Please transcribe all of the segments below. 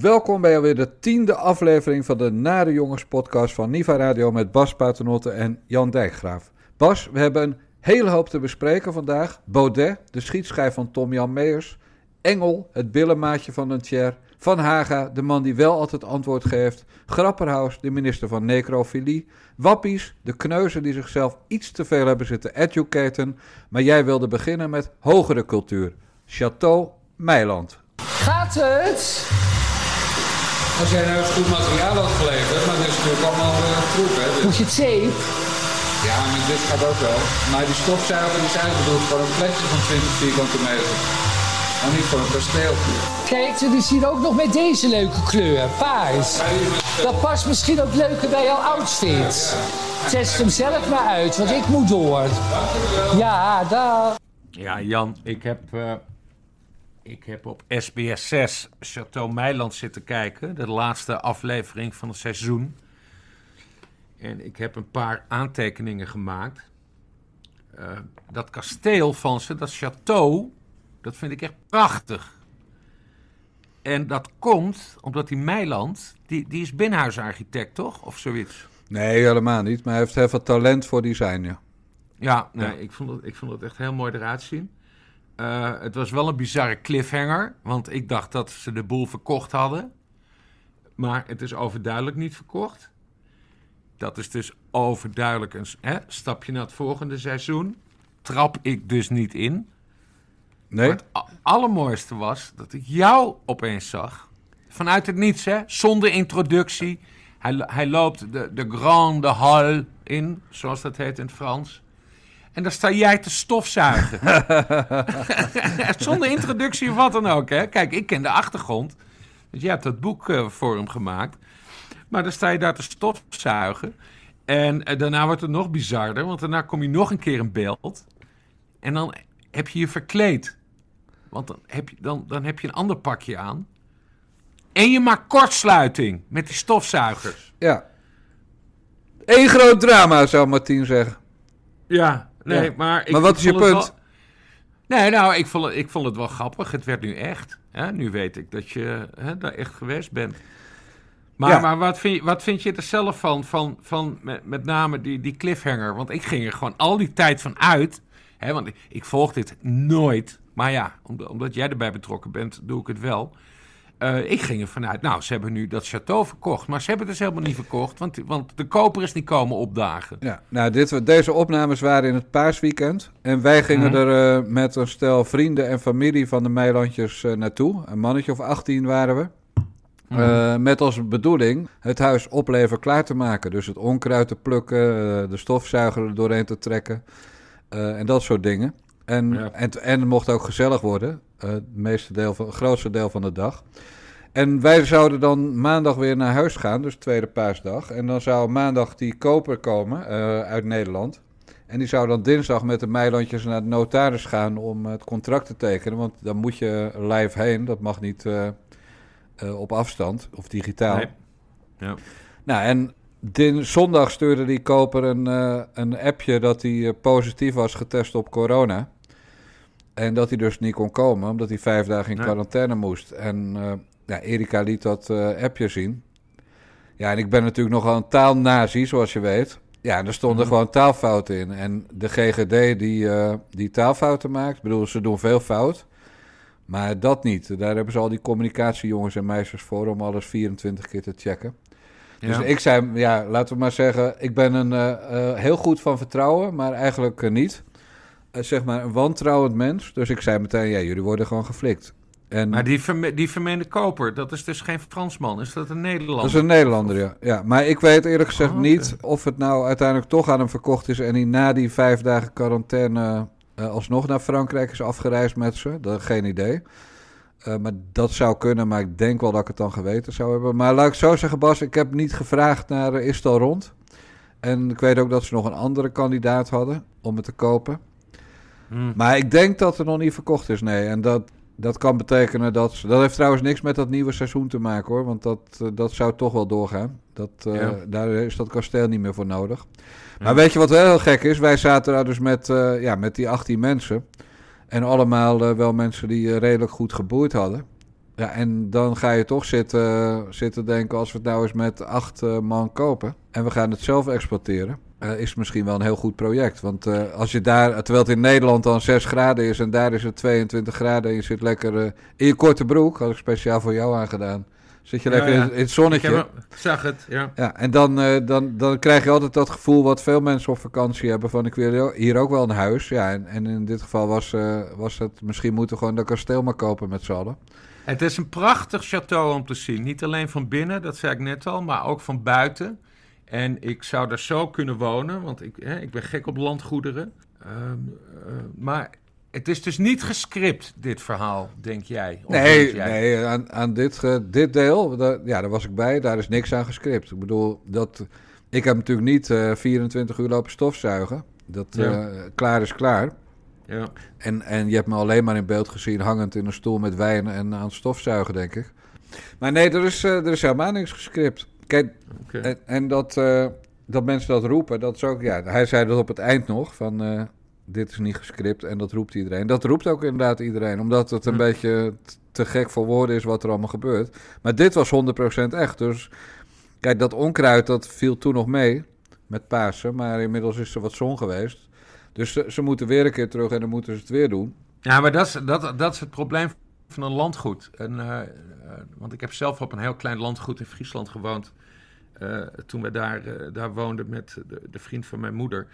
Welkom bij alweer de 10e aflevering van de Nare Jongens podcast van Niva Radio met Bas Paternotte en Jan Dijkgraaf. Bas, we hebben een hele hoop te bespreken vandaag. Baudet, de schietschijf van Tom-Jan Meijers. Engel, het billenmaatje van een Thierry. Van Haga, de man die wel altijd antwoord geeft. Grapperhaus, de minister van necrofilie. Wappies, de kneuzen die zichzelf iets te veel hebben zitten educaten. Maar jij wilde beginnen met hogere cultuur. Château Meiland. Gaat het? Als jij nou eens goed materiaal had geleverd, maar dit is natuurlijk allemaal troep, hè? Dus... Moet je het zeep? Ja, maar dit gaat ook wel. Maar die stofzuiger is eigenlijk bedoeld voor een plekje van 20 vierkante meter. Maar niet voor een kasteel. Kijk, het is hier ook nog met deze leuke kleur, paars. Dat past misschien ook leuker bij jouw outfit. Test hem zelf maar uit, want ik moet door. Ja, daar. Ja, Jan, ik heb op SBS 6 Château Meiland zitten kijken. De laatste aflevering van het seizoen. En ik heb een paar aantekeningen gemaakt. Dat kasteel van ze, dat château, dat vind ik echt prachtig. En dat komt omdat die Meiland, die is binnenhuisarchitect, toch? Of zoiets? Nee, helemaal niet. Maar hij heeft heel veel talent voor design, ja. Ja, nee, ik vond het echt heel mooi eruit zien. Het was wel een bizarre cliffhanger, want ik dacht dat ze de boel verkocht hadden. Maar het is overduidelijk niet verkocht. Dat is dus overduidelijk een stapje naar het volgende seizoen. Trap ik dus niet in. Nee? Maar het allermooiste was dat ik jou opeens zag. Vanuit het niets, hè? Zonder introductie. Hij loopt de Grande Halle in, zoals dat heet in het Frans. En daar sta jij te stofzuigen. Zonder introductie of wat dan ook, hè? Kijk, ik ken de achtergrond. Dus jij hebt dat boek voor hem gemaakt. Maar dan sta je daar te stofzuigen. En daarna wordt het nog bizarder, want daarna kom je nog een keer in beeld. En dan heb je je verkleed. Want dan heb je een ander pakje aan. En je maakt kortsluiting met die stofzuigers. Ja. Eén groot drama, zou Martien zeggen. Ja, nee, Ja. maar... Maar wat is je punt? Nee, nou, ik vond het wel grappig. Het werd nu echt. Hè? Nu weet ik dat je daar echt geweest bent. Maar, Ja. maar wat vind je er zelf van met name die cliffhanger? Want ik ging er gewoon al die tijd van uit. Hè, want ik volg dit nooit. Maar ja, omdat jij erbij betrokken bent, doe ik het wel. Ik ging er vanuit, nou, ze hebben nu dat château verkocht. Maar ze hebben het dus helemaal niet verkocht, want de koper is niet komen opdagen. Ja, nou, deze opnames waren in het paasweekend. En wij gingen er met een stel vrienden en familie van de Meilandjes naartoe. Een mannetje of 18 waren we. Met als bedoeling het huis opleven klaar te maken. Dus het onkruid te plukken, de stofzuiger er doorheen te trekken en dat soort dingen. En het mocht ook gezellig worden, het grootste deel van de dag. En wij zouden dan maandag weer naar huis gaan, dus tweede paasdag. En dan zou maandag die koper komen uit Nederland. En die zou dan dinsdag met de Meilandjes naar de notaris gaan om het contract te tekenen. Want dan moet je live heen, dat mag niet... op afstand of digitaal. Nee. Ja. Nou, en zondag stuurde die koper een appje dat hij positief was getest op corona. En dat hij dus niet kon komen, omdat hij 5 dagen in quarantaine moest. En Erika liet dat appje zien. Ja, en ik ben natuurlijk nogal een taalnazi, zoals je weet. Ja, en er stonden gewoon taalfouten in. En de GGD die taalfouten maakt, ik bedoel, ze doen veel fout. Maar dat niet. Daar hebben ze al die communicatiejongens en meisjes voor om alles 24 keer te checken. Ja. Dus ik zei, ja, laten we maar zeggen, ik ben een heel goed van vertrouwen, maar eigenlijk niet. Zeg maar een wantrouwend mens. Dus ik zei meteen, ja, jullie worden gewoon geflikt. En Maar die vermeende koper, dat is dus geen Fransman. Is dat een Nederlander? Dat is een Nederlander, ja. Ja. Maar ik weet eerlijk gezegd niet of het nou uiteindelijk toch aan hem verkocht is en hij na die 5 dagen quarantaine... alsnog naar Frankrijk is afgereisd met ze. Dat geen idee. Maar dat zou kunnen, maar ik denk wel dat ik het dan geweten zou hebben. Maar laat ik zo zeggen, Bas, ik heb niet gevraagd naar is het al rond. En ik weet ook dat ze nog een andere kandidaat hadden om het te kopen. Maar ik denk dat het nog niet verkocht is, nee. En dat kan betekenen dat... Dat heeft trouwens niks met dat nieuwe seizoen te maken, hoor. Want dat zou toch wel doorgaan. Daar is dat kasteel niet meer voor nodig. Maar weet je wat wel heel gek is? Wij zaten daar dus met die 18 mensen. En allemaal wel mensen die redelijk goed geboerd hadden. Ja, en dan ga je toch zitten denken, als we het nou eens met 8 man kopen en we gaan het zelf exploiteren, is het misschien wel een heel goed project. Want als je daar, terwijl het in Nederland dan 6 graden is en daar is het 22 graden en je zit lekker in je korte broek, had ik speciaal voor jou aangedaan. Zit je lekker in het zonnetje. Ik zag het, ja. Ja, en dan krijg je altijd dat gevoel wat veel mensen op vakantie hebben van ik wil hier ook wel een huis. Ja, en in dit geval was het misschien moeten we gewoon dat kasteel maar kopen met z'n allen. Het is een prachtig château om te zien. Niet alleen van binnen, dat zei ik net al, maar ook van buiten. En ik zou daar zo kunnen wonen, want ik ben gek op landgoederen. Maar het is dus niet gescript, dit verhaal, denk jij? Nee, aan dit deel, daar was ik bij, daar is niks aan gescript. Ik bedoel, ik heb natuurlijk niet 24 uur lopen stofzuigen. Klaar is klaar. Ja. En je hebt me alleen maar in beeld gezien hangend in een stoel met wijn en aan het stofzuigen, denk ik. Maar nee, er is helemaal niks gescript. Kijk, okay. En dat mensen dat roepen, dat is ook... Ja, hij zei dat op het eind nog, van dit is niet gescript en dat roept iedereen. Dat roept ook inderdaad iedereen, omdat het een beetje te gek voor woorden is wat er allemaal gebeurt. Maar dit was 100% echt, dus... Kijk, dat onkruid, dat viel toen nog mee met Pasen, maar inmiddels is er wat zon geweest. Dus ze moeten weer een keer terug en dan moeten ze het weer doen. Ja, maar dat is het probleem van een landgoed. Want ik heb zelf op een heel klein landgoed in Friesland gewoond. Toen we daar woonden met de vriend van mijn moeder.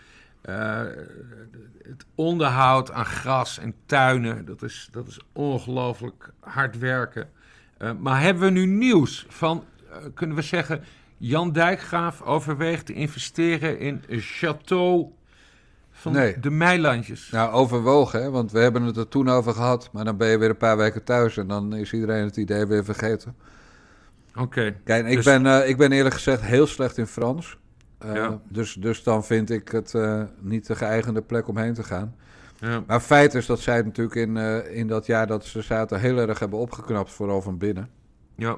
Het onderhoud aan gras en tuinen, dat is ongelooflijk hard werken. Maar hebben we nu nieuws van, kunnen we zeggen... Jan Dijkgraaf overweegt te investeren in een château... van de Meilandjes. Nou, overwogen, hè? Want we hebben het er toen over gehad. Maar dan ben je weer een paar weken thuis en dan is iedereen het idee weer vergeten. Oké. Kijk, ik ben eerlijk gezegd heel slecht in Frans. Dus dan vind ik het niet de geëigende plek om heen te gaan. Ja. Maar feit is dat zij het natuurlijk in dat jaar dat ze zaten heel erg hebben opgeknapt, vooral van binnen. Ja.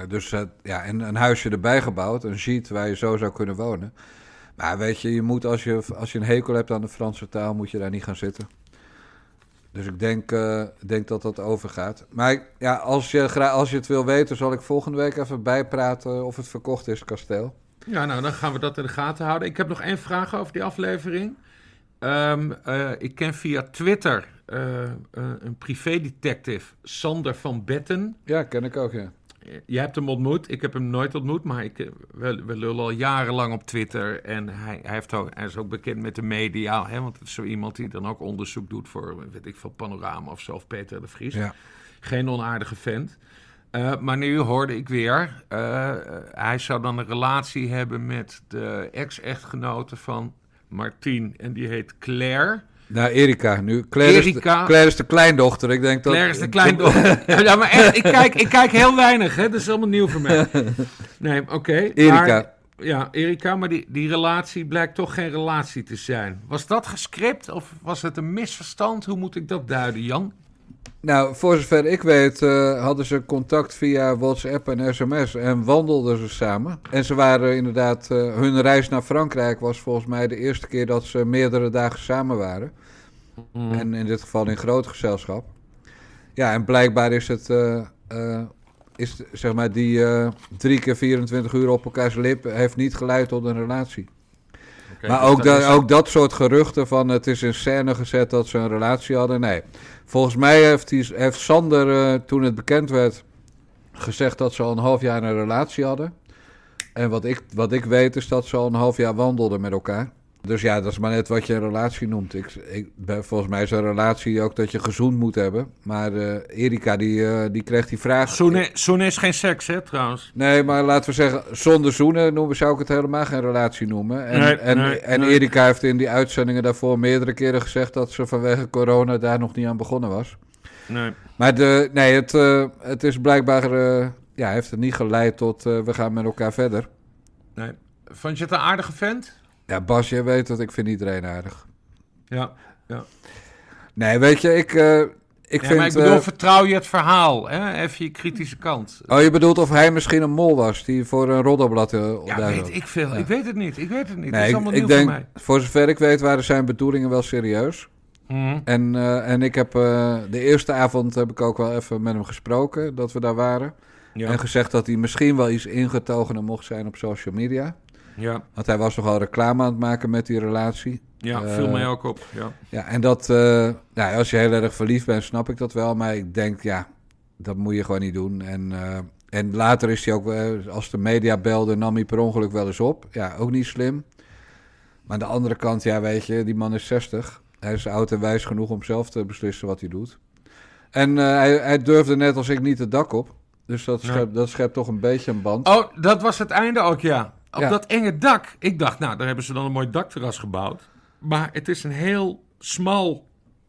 En een huisje erbij gebouwd, een gîte waar je zo zou kunnen wonen. Maar weet je, je moet als je een hekel hebt aan de Franse taal, moet je daar niet gaan zitten. Dus ik denk dat dat overgaat. Maar ja, als je het wil weten, zal ik volgende week even bijpraten of het verkocht is, het kasteel. Ja, nou, dan gaan we dat in de gaten houden. Ik heb nog 1 vraag over die aflevering. Ik ken via Twitter een privédetective, Sander van Betten. Ja, ken ik ook, ja. Jij hebt hem ontmoet, ik heb hem nooit ontmoet, maar we lullen al jarenlang op Twitter. En hij is ook bekend met de media, hè, want het is zo iemand die dan ook onderzoek doet voor, weet ik veel, Panorama of zo, of Peter de Vries. Ja. Geen onaardige vent. Maar nu hoorde ik weer, hij zou dan een relatie hebben met de ex-echtgenote van Martien en die heet Claire. Nou, Erika. Claire is de kleindochter. Ik denk dat... Claire is de kleindochter. Ja, maar echt, ik kijk heel weinig, hè. Dat is allemaal nieuw voor mij. Nee, oké. Erika. Erika, maar die relatie blijkt toch geen relatie te zijn. Was dat gescript of was het een misverstand? Hoe moet ik dat duiden, Jan? Nou, voor zover ik weet hadden ze contact via WhatsApp en sms en wandelden ze samen. En ze waren inderdaad, hun reis naar Frankrijk was volgens mij de eerste keer dat ze meerdere dagen samen waren. En in dit geval in groot gezelschap. Ja, en blijkbaar is het, zeg maar, die 3 keer 24 uur op elkaars lip heeft niet geleid tot een relatie. Okay, maar ook dat soort geruchten van het is in scène gezet dat ze een relatie hadden, nee. Volgens mij heeft Sander, toen het bekend werd, gezegd dat ze al een half jaar een relatie hadden. En wat ik weet is dat ze al een half jaar wandelden met elkaar. Dus ja, dat is maar net wat je een relatie noemt. Volgens mij is een relatie ook dat je gezoend moet hebben. Maar Erika, die kreeg die vraag... Zoenen is geen seks, hè, trouwens? Nee, maar laten we zeggen, zonder zoenen zou ik het helemaal geen relatie noemen. En Erika heeft in die uitzendingen daarvoor meerdere keren gezegd dat ze vanwege corona daar nog niet aan begonnen was. Nee. Maar het is blijkbaar... heeft het niet geleid tot we gaan met elkaar verder. Nee. Vond je het een aardige vent? Ja, Bas, je weet dat ik vind iedereen aardig. Ja. Nee, weet je, ik vind... Maar ik bedoel, vertrouw je het verhaal, hè? Even je kritische kant. Oh, je bedoelt of hij misschien een mol was die voor een roddelblad... weet ik veel. Ja. Ik weet het niet. Nee, dat is allemaal nieuw voor mij. Voor zover ik weet waren zijn bedoelingen wel serieus. En ik heb de eerste avond heb ik ook wel even met hem gesproken, dat we daar waren. Ja. En gezegd dat hij misschien wel iets ingetogener mocht zijn op social media. Ja. Want hij was nogal reclame aan het maken met die relatie. Ja, viel mij ook op. Ja, en dat, als je heel erg verliefd bent, snap ik dat wel. Maar ik denk, dat moet je gewoon niet doen. En later is hij ook, als de media belde, nam hij per ongeluk wel eens op. Ja, ook niet slim. Maar aan de andere kant, weet je, die man is 60. Hij is oud en wijs genoeg om zelf te beslissen wat hij doet. En hij durfde net als ik niet het dak op. Dus dat schept toch een beetje een band. Oh, dat was het einde ook, ja. Op dat enge dak. Ik dacht, daar hebben ze dan een mooi dakterras gebouwd. Maar het is een heel smal,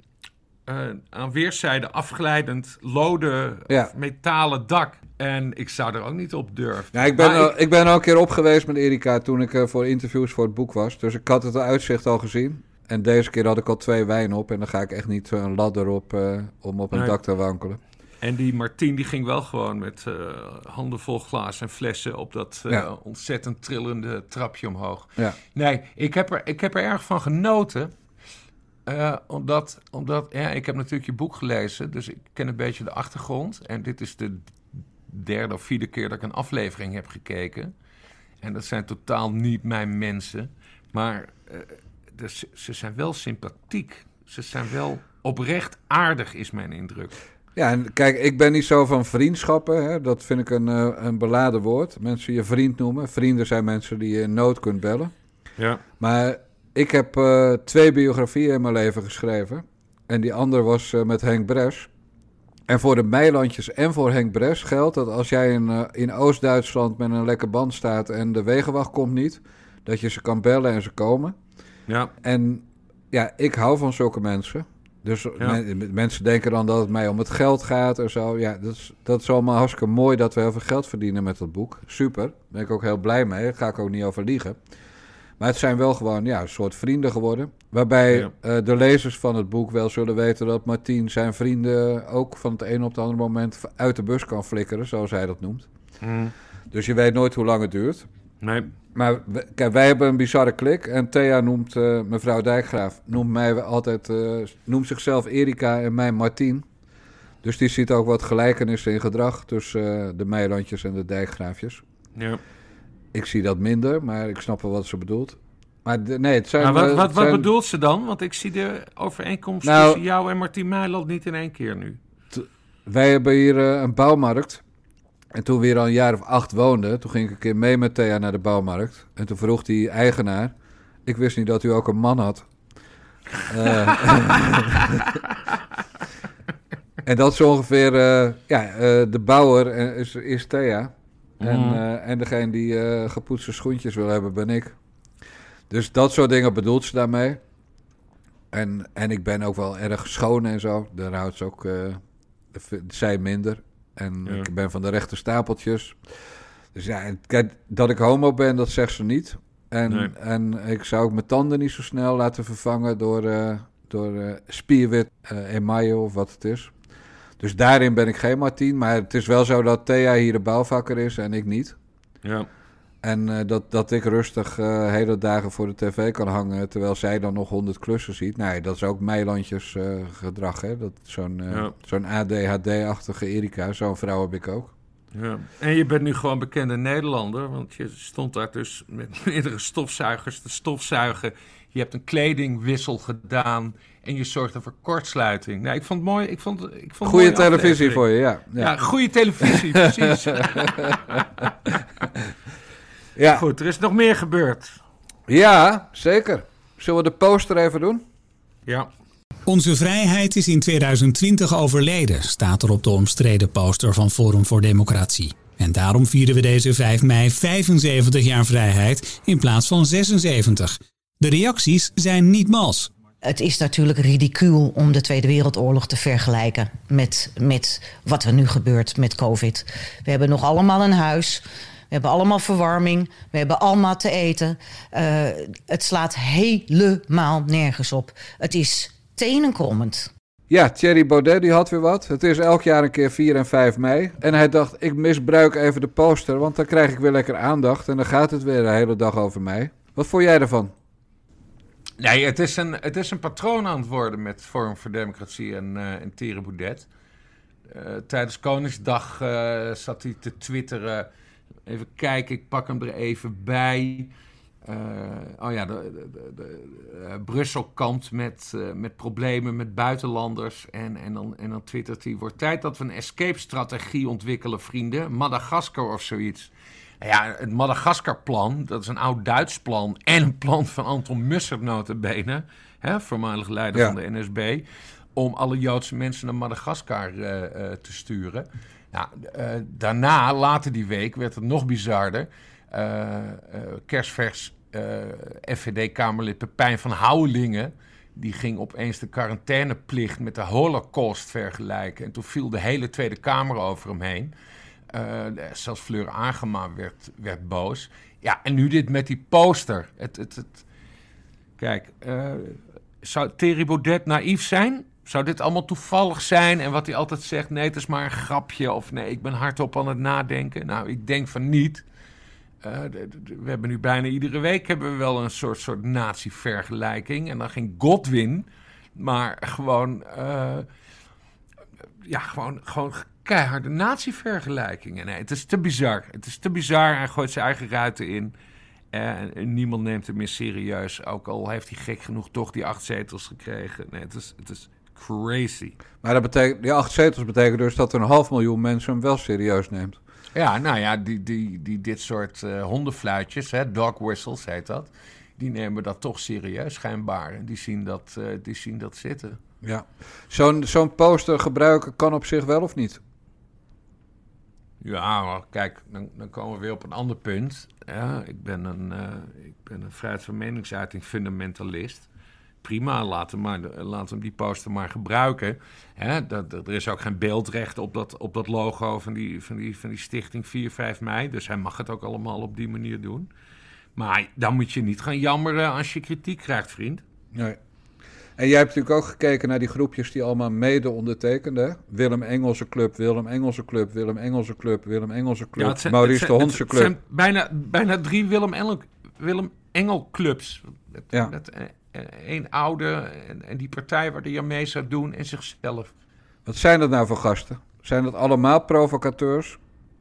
aan weerszijden afglijdend, lode, metalen dak. En ik zou er ook niet op durven. Ja, ik ben al een keer op geweest met Erika toen ik voor interviews voor het boek was. Dus ik had het uitzicht al gezien. En deze keer had ik al 2 wijn op. En dan ga ik echt niet een ladder op om op een dak te wankelen. En die Martien die ging wel gewoon met handen vol glazen en flessen op dat ontzettend trillende trapje omhoog. Ja. Nee, ik heb er erg van genoten. Omdat ik heb natuurlijk je boek gelezen, dus ik ken een beetje de achtergrond. En dit is de 3e of 4e keer dat ik een aflevering heb gekeken. En dat zijn totaal niet mijn mensen. Maar ze zijn wel sympathiek. Ze zijn wel oprecht aardig, is mijn indruk. Ja, en kijk, ik ben niet zo van vriendschappen. Hè? Dat vind ik een beladen woord. Mensen je vriend noemen. Vrienden zijn mensen die je in nood kunt bellen. Ja. Maar ik heb 2 biografieën in mijn leven geschreven. En die andere was met Henk Bres. En voor de Meilandjes en voor Henk Bres geldt dat als jij in Oost-Duitsland met een lekker band staat en de wegenwacht komt niet, dat je ze kan bellen en ze komen. Ja. En ik hou van zulke mensen. Dus mensen denken dan dat het mij om het geld gaat en zo. Ja, dat is allemaal hartstikke mooi dat we heel veel geld verdienen met dat boek. Super, daar ben ik ook heel blij mee. Daar ga ik ook niet over liegen. Maar het zijn wel gewoon een soort vrienden geworden. Waarbij de lezers van het boek wel zullen weten dat Martien zijn vrienden ook van het een op het andere moment uit de bus kan flikkeren, zoals hij dat noemt. Dus je weet nooit hoe lang het duurt. Nee. Maar kijk, wij hebben een bizarre klik. En Thea noemt, mevrouw Dijkgraaf, noemt zichzelf Erika en mij Martien. Dus die ziet ook wat gelijkenissen in gedrag tussen de Meilandjes en de Dijkgraafjes. Ja. Ik zie dat minder, maar ik snap wel wat ze bedoelt. Maar het zijn... Maar wat bedoelt ze dan? Want ik zie de overeenkomst tussen jou en Martien Meiland niet in één keer nu. Wij hebben hier een bouwmarkt. En toen we hier al een jaar of 8 woonden, toen ging ik een keer mee met Thea naar de bouwmarkt. En toen vroeg die eigenaar, ik wist niet dat u ook een man had. En dat is ongeveer, de bouwer is Thea. En degene die gepoetste schoentjes wil hebben, ben ik. Dus dat soort dingen bedoelt ze daarmee. En ik ben ook wel erg schoon en zo. Daar houdt ze ook, zij minder. En ik ben van de rechte stapeltjes. Dus kijk, dat ik homo ben, dat zegt ze niet. En ik zou ook mijn tanden niet zo snel laten vervangen door spierwit emaille of wat het is. Dus daarin ben ik geen Martien. Maar het is wel zo dat Thea hier de bouwvakker is en ik niet. Ja. En dat ik rustig hele dagen voor de tv kan hangen, terwijl zij dan nog 100 klussen ziet. Nee, dat is ook Meilandjes gedrag, hè. Zo'n ADHD-achtige Erika, zo'n vrouw heb ik ook. Ja. En je bent nu gewoon bekende Nederlander, want je stond daar dus met meerdere stofzuigers te stofzuigen. Je hebt een kledingwissel gedaan en je zorgde voor kortsluiting. Nou, ik vond het mooi. Ik vond goede televisie voor je, ja. Ja, goede televisie, precies. Ja. Goed, er is nog meer gebeurd. Ja, zeker. Zullen we de poster even doen? Ja. Onze vrijheid is in 2020 overleden, staat er op de omstreden poster van Forum voor Democratie. En daarom vieren we deze 5 mei 75 jaar vrijheid in plaats van 76. De reacties zijn niet mals. Het is natuurlijk ridicuul om de Tweede Wereldoorlog te vergelijken met wat er nu gebeurt met COVID. We hebben nog allemaal een huis. We hebben allemaal verwarming. We hebben allemaal te eten. Het slaat helemaal nergens op. Het is tenenkrommend. Ja, Thierry Baudet die had weer wat. Het is elk jaar een keer 4 en 5 mei. En hij dacht, ik misbruik even de poster, want dan krijg ik weer lekker aandacht. En dan gaat het weer de hele dag over mij. Wat vond jij ervan? Nee, het is een patroon aan het worden met Forum voor Democratie en Thierry Baudet. Tijdens Koningsdag zat hij te twitteren. Even kijken, ik pak hem er even bij. Brussel kampt met problemen met buitenlanders. En dan twittert hij: wordt tijd dat we een escape-strategie ontwikkelen, vrienden. Madagaskar of zoiets. Nou ja, het Madagaskar-plan, dat is een oud Duits plan. En een plan van Anton Mussert nota bene, voormalig leider van de NSB. Om alle Joodse mensen naar Madagaskar te sturen. Nou, daarna, later die week, werd het nog bizarder. Kerstvers FVD-kamerlid Pepijn van Houwelingen... die ging opeens de quarantaineplicht met de Holocaust vergelijken. En toen viel de hele Tweede Kamer over hem heen. Zelfs Fleur Agema werd boos. Ja, en nu dit met die poster. Kijk, zou Thierry Baudet naïef zijn? Zou dit allemaal toevallig zijn? En wat hij altijd zegt, nee, het is maar een grapje. Of nee, ik ben hardop aan het nadenken. Nou, ik denk van niet. We hebben nu bijna iedere week hebben we wel een soort nazi-vergelijking. En dan geen Godwin, maar gewoon keiharde nazi-vergelijkingen. Nee, het is te bizar. Het is te bizar. Hij gooit zijn eigen ruiten in. En niemand neemt hem meer serieus. Ook al heeft hij gek genoeg toch die 8 zetels gekregen. Nee, het is crazy. Maar dat betekent, die 8 zetels betekent dus dat er 500.000 mensen hem wel serieus neemt. Ja, nou ja, die dit soort hondenfluitjes, dog whistles heet dat, die nemen dat toch serieus schijnbaar. En die zien dat zitten. Ja. Zo'n poster gebruiken kan op zich wel of niet? Ja, maar kijk, dan komen we weer op een ander punt. Ja, ik ben een vrijheid van meningsuiting fundamentalist. Prima, laat hem die poster maar gebruiken. Er is ook geen beeldrecht op dat logo van die stichting 4-5 mei. Dus hij mag het ook allemaal op die manier doen. Maar dan moet je niet gaan jammeren als je kritiek krijgt, vriend. Nee. En jij hebt natuurlijk ook gekeken naar die groepjes die allemaal mede ondertekenden. Willem Engelse Club, Willem Engelse Club, Willem Engelse Club, Willem Engelse Club, ja, Maurice de Hondse Club. Het zijn bijna 3 Willem Engel clubs. Met één oude en die partij waar hij aan mee zou doen en zichzelf. Wat zijn dat nou voor gasten? Zijn dat allemaal provocateurs?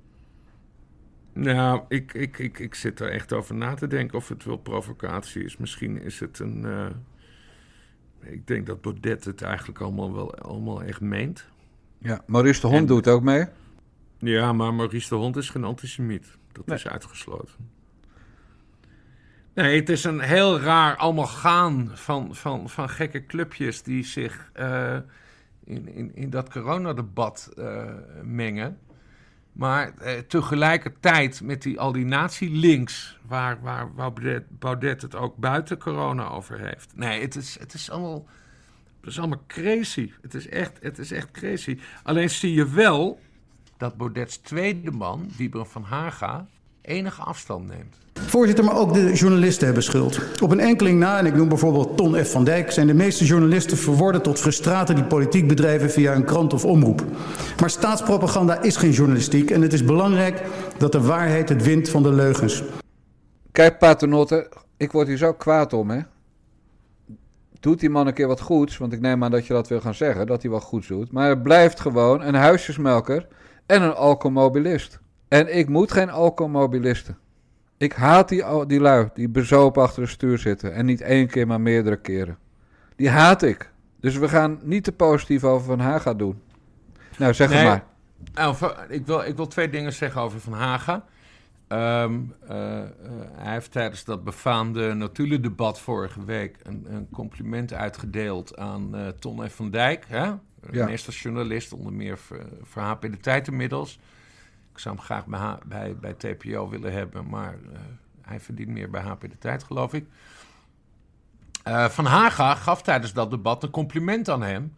Nou, ik zit er echt over na te denken of het wel provocatie is. Misschien is het een... ik denk dat Baudet het eigenlijk allemaal echt meent. Ja, Maurice de Hond doet ook mee. Ja, maar Maurice de Hond is geen antisemiet. Dat is uitgesloten. Nee, het is een heel raar allemaal gaan van gekke clubjes die zich in dat coronadebat mengen. Maar tegelijkertijd met al die nazi-links waar Baudet het ook buiten corona over heeft. Nee, het is allemaal crazy. Het is echt crazy. Alleen zie je wel dat Baudet's tweede man, Wiebren van Haga, enige afstand neemt. Voorzitter, maar ook de journalisten hebben schuld. Op een enkeling na, en ik noem bijvoorbeeld Ton F. van Dijk, zijn de meeste journalisten verworden tot frustraten die politiek bedrijven via een krant of omroep. Maar staatspropaganda is geen journalistiek en het is belangrijk dat de waarheid het wint van de leugens. Kijk, Paternotte, ik word hier zo kwaad om, hè. Doet die man een keer wat goeds, want ik neem aan dat je dat wil gaan zeggen, dat hij wat goeds doet. Maar hij blijft gewoon een huisjesmelker en een alcoholmobilist. En ik moet geen alcoholmobilisten. Ik haat die lui die bezopen achter het stuur zitten. En niet 1 keer, maar meerdere keren. Die haat ik. Dus we gaan niet te positief over Van Haga doen. Nou, zeg het maar. Ik wil 2 dingen zeggen over Van Haga. Hij heeft tijdens dat befaamde notulendebat vorige week een compliment uitgedeeld aan Ton F. van Dijk. Meestersjournalist, onder meer voor HP De Tijd inmiddels. Ik zou hem graag bij TPO willen hebben, maar hij verdient meer bij HP De Tijd, geloof ik. Van Haga gaf tijdens dat debat een compliment aan hem.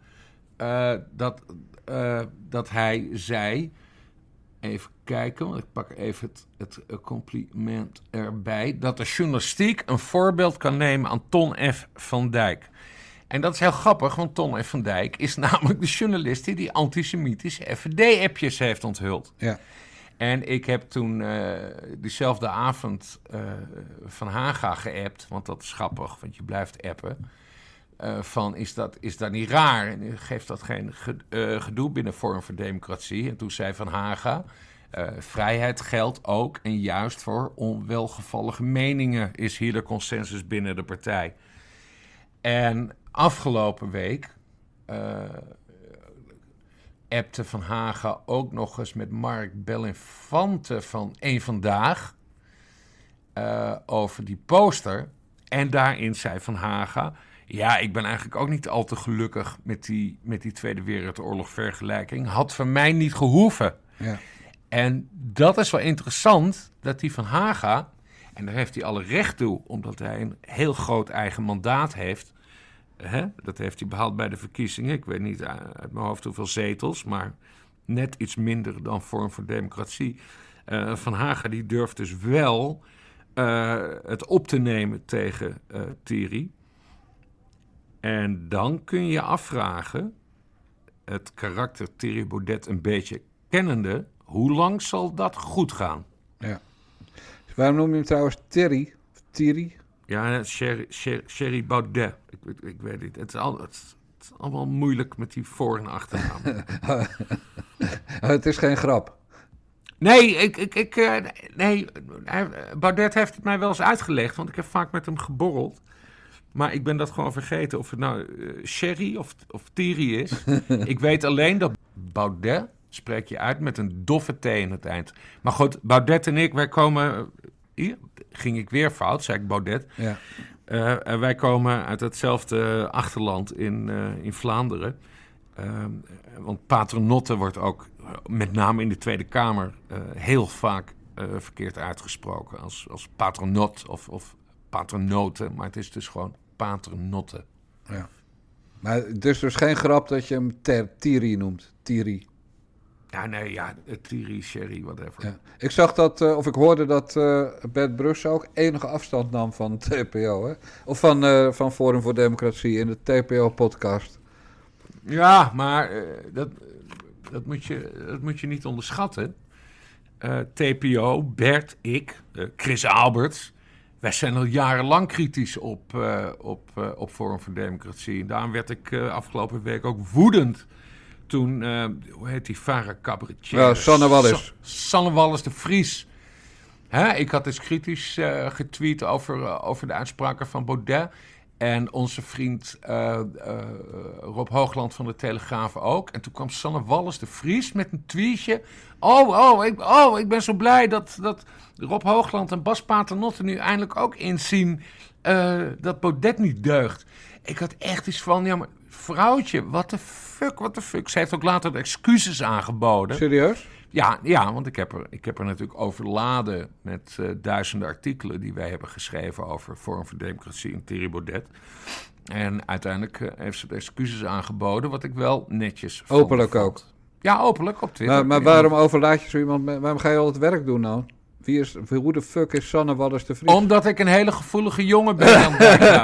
Dat hij zei... Even kijken, want ik pak even het compliment erbij. Dat de journalistiek een voorbeeld kan nemen aan Ton F. van Dijk. En dat is heel grappig, want Ton F. van Dijk is namelijk de journalist die antisemitische FVD-appjes heeft onthuld. Ja. En ik heb toen diezelfde avond Van Haga geappt. Want dat is grappig, want je blijft appen. Is dat niet raar? En geeft dat geen gedoe binnen Forum voor Democratie? En toen zei Van Haga... vrijheid geldt ook en juist voor onwelgevallige meningen... is hier de consensus binnen de partij. En afgelopen week... appte Van Haga ook nog eens met Mark Bellinfante van Eén Vandaag... over die poster. En daarin zei Van Haga... ja, ik ben eigenlijk ook niet al te gelukkig met die Tweede Wereldoorlog vergelijking. Had van mij niet gehoeven. Ja. En dat is wel interessant, dat die Van Haga... en daar heeft hij alle recht toe, omdat hij een heel groot eigen mandaat heeft... Dat heeft hij behaald bij de verkiezingen. Ik weet niet uit mijn hoofd hoeveel zetels, maar net iets minder dan Forum voor Democratie. Van Haga die durft dus wel het op te nemen tegen Thierry. En dan kun je je afvragen, het karakter Thierry Baudet een beetje kennende, hoe lang zal dat goed gaan? Ja. Dus waarom noem je hem trouwens Thierry? Ja, Thierry Baudet. Ik weet niet. Het is allemaal moeilijk met die voor- en achternaam. Het is geen grap. Nee, Baudet heeft het mij wel eens uitgelegd, want ik heb vaak met hem geborreld. Maar ik ben dat gewoon vergeten, of het nou Sherry of Thierry is. Ik weet alleen dat Baudet, spreek je uit met een doffe T in het eind. Maar goed, Baudet en ik, wij komen... Hier ging ik weer fout, zei ik Baudet. Ja. Wij komen uit hetzelfde achterland in Vlaanderen. Want paternotte wordt ook, met name in de Tweede Kamer, heel vaak verkeerd uitgesproken. Als paternot of paternoten, maar het is dus gewoon paternotte. Ja. Maar het is dus geen grap dat je hem Thierry noemt. Thierry. Ja, nee, ja, Thierry, Sherry, whatever. Ja. Ik zag dat, of ik hoorde dat Bert Brussen ook enige afstand nam van TPO, hè? Of van Forum voor Democratie in de TPO-podcast. Ja, maar dat moet je niet onderschatten. TPO, Bert, ik, Chris Alberts... wij zijn al jarenlang kritisch op Forum voor Democratie. En daarom werd ik afgelopen week ook woedend... Toen, hoe heet die Vara cabaretier? Ja, Sanne Wallis. Sanne Wallis de Vries. Ik had dus kritisch getweet over de uitspraken van Baudet. En onze vriend Rob Hoogland van de Telegraaf ook. En toen kwam Sanne Wallis de Vries met een tweetje. Ik ben zo blij dat Rob Hoogland en Bas Paternotte nu eindelijk ook inzien dat Baudet niet deugt. Ik had echt iets van, ja maar vrouwtje, what the fuck. Ze heeft ook later de excuses aangeboden. Serieus? Ja, want ik heb er natuurlijk overladen met duizenden artikelen die wij hebben geschreven over Forum voor Democratie en Thierry Baudet. En uiteindelijk heeft ze de excuses aangeboden, wat ik wel netjes vond. Openlijk ook? Ja, openlijk op Twitter. Maar waarom overlaat je zo iemand? Waarom ga je al het werk doen nou? Hoe de fuck is Sanne Wallis de Vries? Omdat ik een hele gevoelige jongen ben.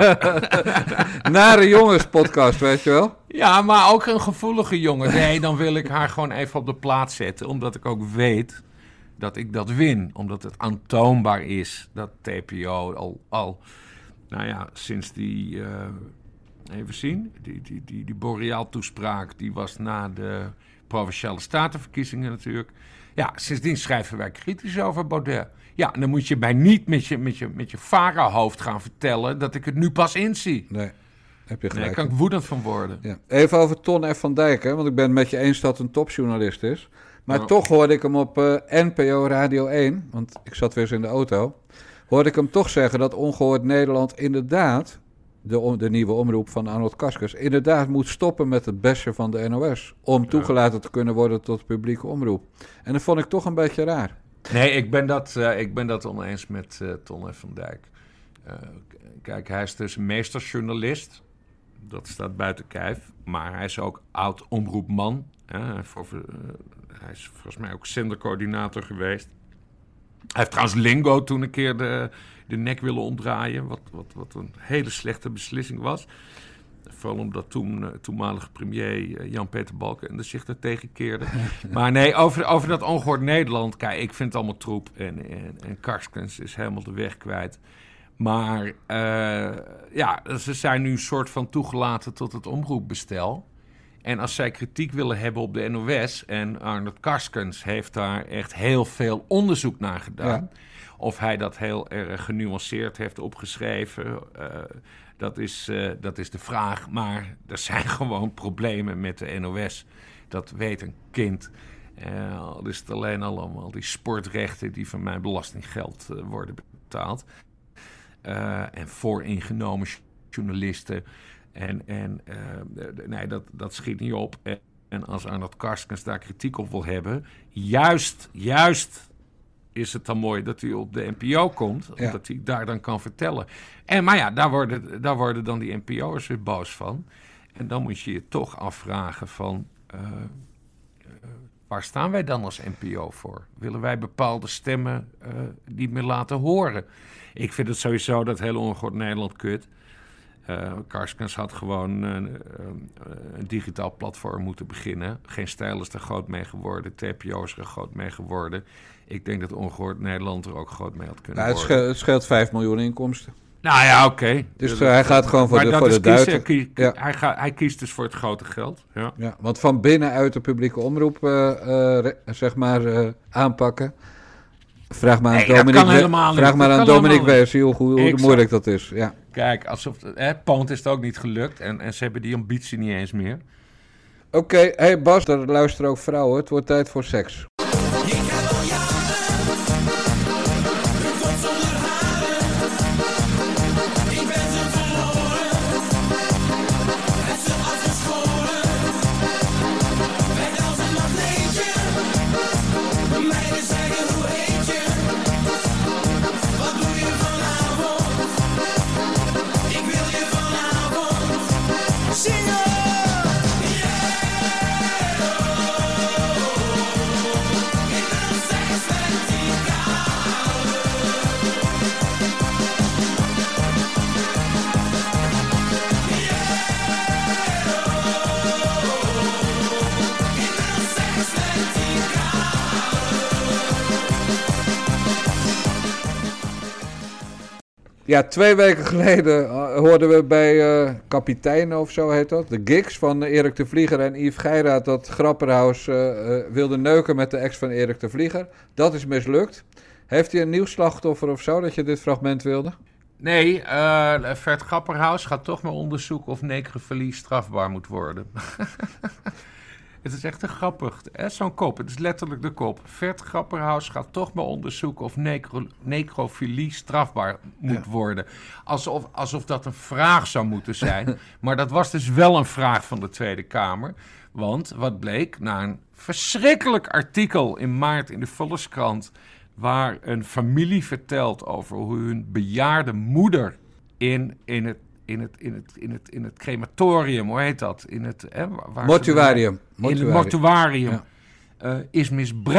Nare jongenspodcast, weet je wel? Ja, maar ook een gevoelige jongen. Nee, dan wil ik haar gewoon even op de plaats zetten. Omdat ik ook weet dat ik dat win. Omdat het aantoonbaar is dat TPO al nou ja, sinds die... even zien. Die Boreaal-toespraak, die was na de Provinciale Statenverkiezingen natuurlijk. Ja, sindsdien schrijven wij kritisch over Baudet. Ja, en dan moet je mij niet met je Vara-hoofd gaan vertellen dat ik het nu pas inzie. Nee, heb je gelijk. Nee, daar kan ik woedend van worden. Ja. Even over Ton F. van Dijk, hè? Want ik ben het met je eens dat het een topjournalist is. Maar toch hoorde ik hem op NPO Radio 1, want ik zat weer eens in de auto, hoorde ik hem toch zeggen dat Ongehoord Nederland inderdaad, de nieuwe omroep van Arnold Kaskus, inderdaad moet stoppen met het bashen van de NOS. Om toegelaten te kunnen worden tot publieke omroep. En dat vond ik toch een beetje raar. Nee, ik ben dat oneens met Ton F. van Dijk. Kijk, hij is dus meestersjournalist. Dat staat buiten kijf. Maar hij is ook oud-omroepman. Hij is volgens mij ook zendercoördinator geweest. Hij heeft trouwens Lingo toen een keer de nek willen omdraaien. Wat een hele slechte beslissing was. Vooral omdat toenmalige premier Jan-Peter Balkenende zich daar tegen keerde. Maar nee, over dat ongehoord Nederland... Kijk, ik vind het allemaal troep. En Karskens is helemaal de weg kwijt. Maar ze zijn nu een soort van toegelaten tot het omroepbestel. En als zij kritiek willen hebben op de NOS... en Arnold Karskens heeft daar echt heel veel onderzoek naar gedaan... Ja. Of hij dat heel erg genuanceerd heeft opgeschreven... Dat is de vraag, maar er zijn gewoon problemen met de NOS. Dat weet een kind. Al is het alleen allemaal die sportrechten die van mijn belastinggeld worden betaald. En vooringenomen journalisten. Nee, dat schiet niet op. En als Arnold Karskens daar kritiek op wil hebben... Juist is het dan mooi dat hij op de NPO komt, omdat hij daar dan kan vertellen. Maar ja, daar worden dan die NPO'ers weer boos van. En dan moet je je toch afvragen van... waar staan wij dan als NPO voor? Willen wij bepaalde stemmen niet meer laten horen? Ik vind het sowieso dat hele ongehoord Nederland kut. Karskens had gewoon een digitaal platform moeten beginnen. Geen Stijl is er groot mee geworden. TPO is er groot mee geworden. Ik denk dat ongehoord Nederland er ook groot mee had kunnen worden. Het scheelt 5 miljoen inkomsten. Nou ja, oké. Dus hij gaat gewoon voor de duiten. Hij kiest dus voor het grote geld. Ja, want van binnenuit de publieke omroep aanpakken... Vraag maar aan Dominique Wees hoe moeilijk dat is. Ja. Kijk, Poont is het ook niet gelukt en ze hebben die ambitie niet eens meer. Oké, hey Bas, er luisteren ook vrouwen. Het wordt tijd voor seks. Ja, 2 weken geleden hoorden we bij Kapiteinen of zo heet dat. De Gigs van Erik de Vlieger en Yves Geiraat dat Grapperhaus wilde neuken met de ex van Erik de Vlieger. Dat is mislukt. Heeft hij een nieuw slachtoffer of zo dat je dit fragment wilde? Nee, Vert Grapperhaus gaat toch maar onderzoeken of necrofilie strafbaar moet worden. Het is echt grappig. Zo'n kop, het is letterlijk de kop. Vert Grapperhaus gaat toch maar onderzoeken of necrofilie strafbaar moet worden. Alsof dat een vraag zou moeten zijn. Maar dat was dus wel een vraag van de Tweede Kamer. Want wat bleek? Na een verschrikkelijk artikel in maart in de Volkskrant... waar een familie vertelt over hoe hun bejaarde moeder in het crematorium, hoe heet dat? In het mortuarium. In het mortuarium is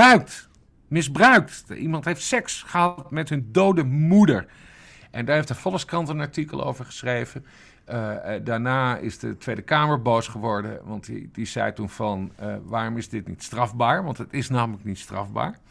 misbruikt. Iemand heeft seks gehad met hun dode moeder. En daar heeft de Volkskrant een artikel over geschreven. Daarna is de Tweede Kamer boos geworden, want die zei toen van... waarom is dit niet strafbaar? Want het is namelijk niet strafbaar.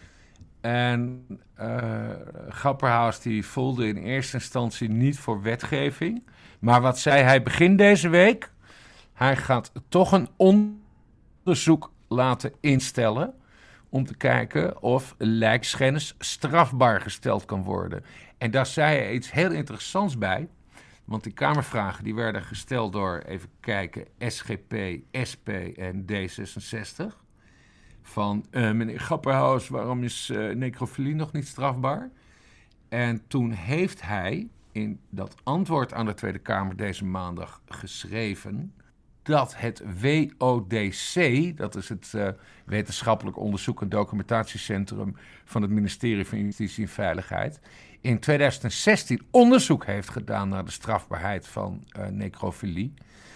En Grapperhaus die voelde in eerste instantie niet voor wetgeving. Maar wat zei hij begin deze week? Hij gaat toch een onderzoek laten instellen... om te kijken of lijkschennis strafbaar gesteld kan worden. En daar zei hij iets heel interessants bij. Want die Kamervragen die werden gesteld door, even kijken, SGP, SP en D66... van meneer Grapperhaus, waarom is necrofilie nog niet strafbaar? En toen heeft hij in dat antwoord aan de Tweede Kamer deze maandag geschreven... dat het WODC, dat is het Wetenschappelijk Onderzoek en Documentatiecentrum... van het ministerie van Justitie en Veiligheid... in 2016 onderzoek heeft gedaan naar de strafbaarheid van necrofilie...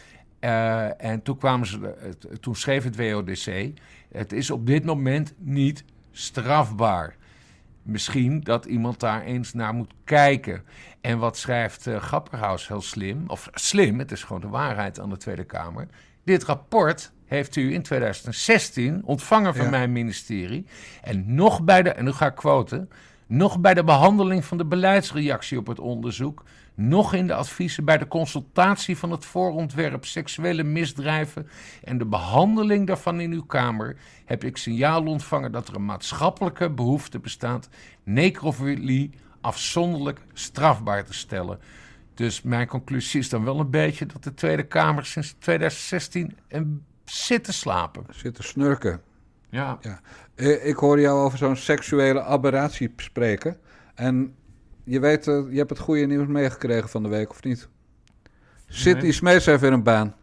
En toen schreef het WODC... het is op dit moment niet strafbaar. Misschien dat iemand daar eens naar moet kijken. En wat schrijft Grapperhaus heel slim, of slim, het is gewoon de waarheid aan de Tweede Kamer. Dit rapport heeft u in 2016 ontvangen van mijn ministerie. En nog bij de, en nu ga ik quoten, nog bij de behandeling van de beleidsreactie op het onderzoek, nog in de adviezen bij de consultatie van het voorontwerp seksuele misdrijven en de behandeling daarvan in uw Kamer heb ik signaal ontvangen dat er een maatschappelijke behoefte bestaat necrofilie afzonderlijk strafbaar te stellen. Dus mijn conclusie is dan wel een beetje dat de Tweede Kamer sinds 2016 zit te slapen. Zit te snurken. Ja. Ik hoor jou over zo'n seksuele aberratie spreken. En je weet, je hebt het goede nieuws meegekregen van de week, of niet? Sidney Smeets heeft weer een baan.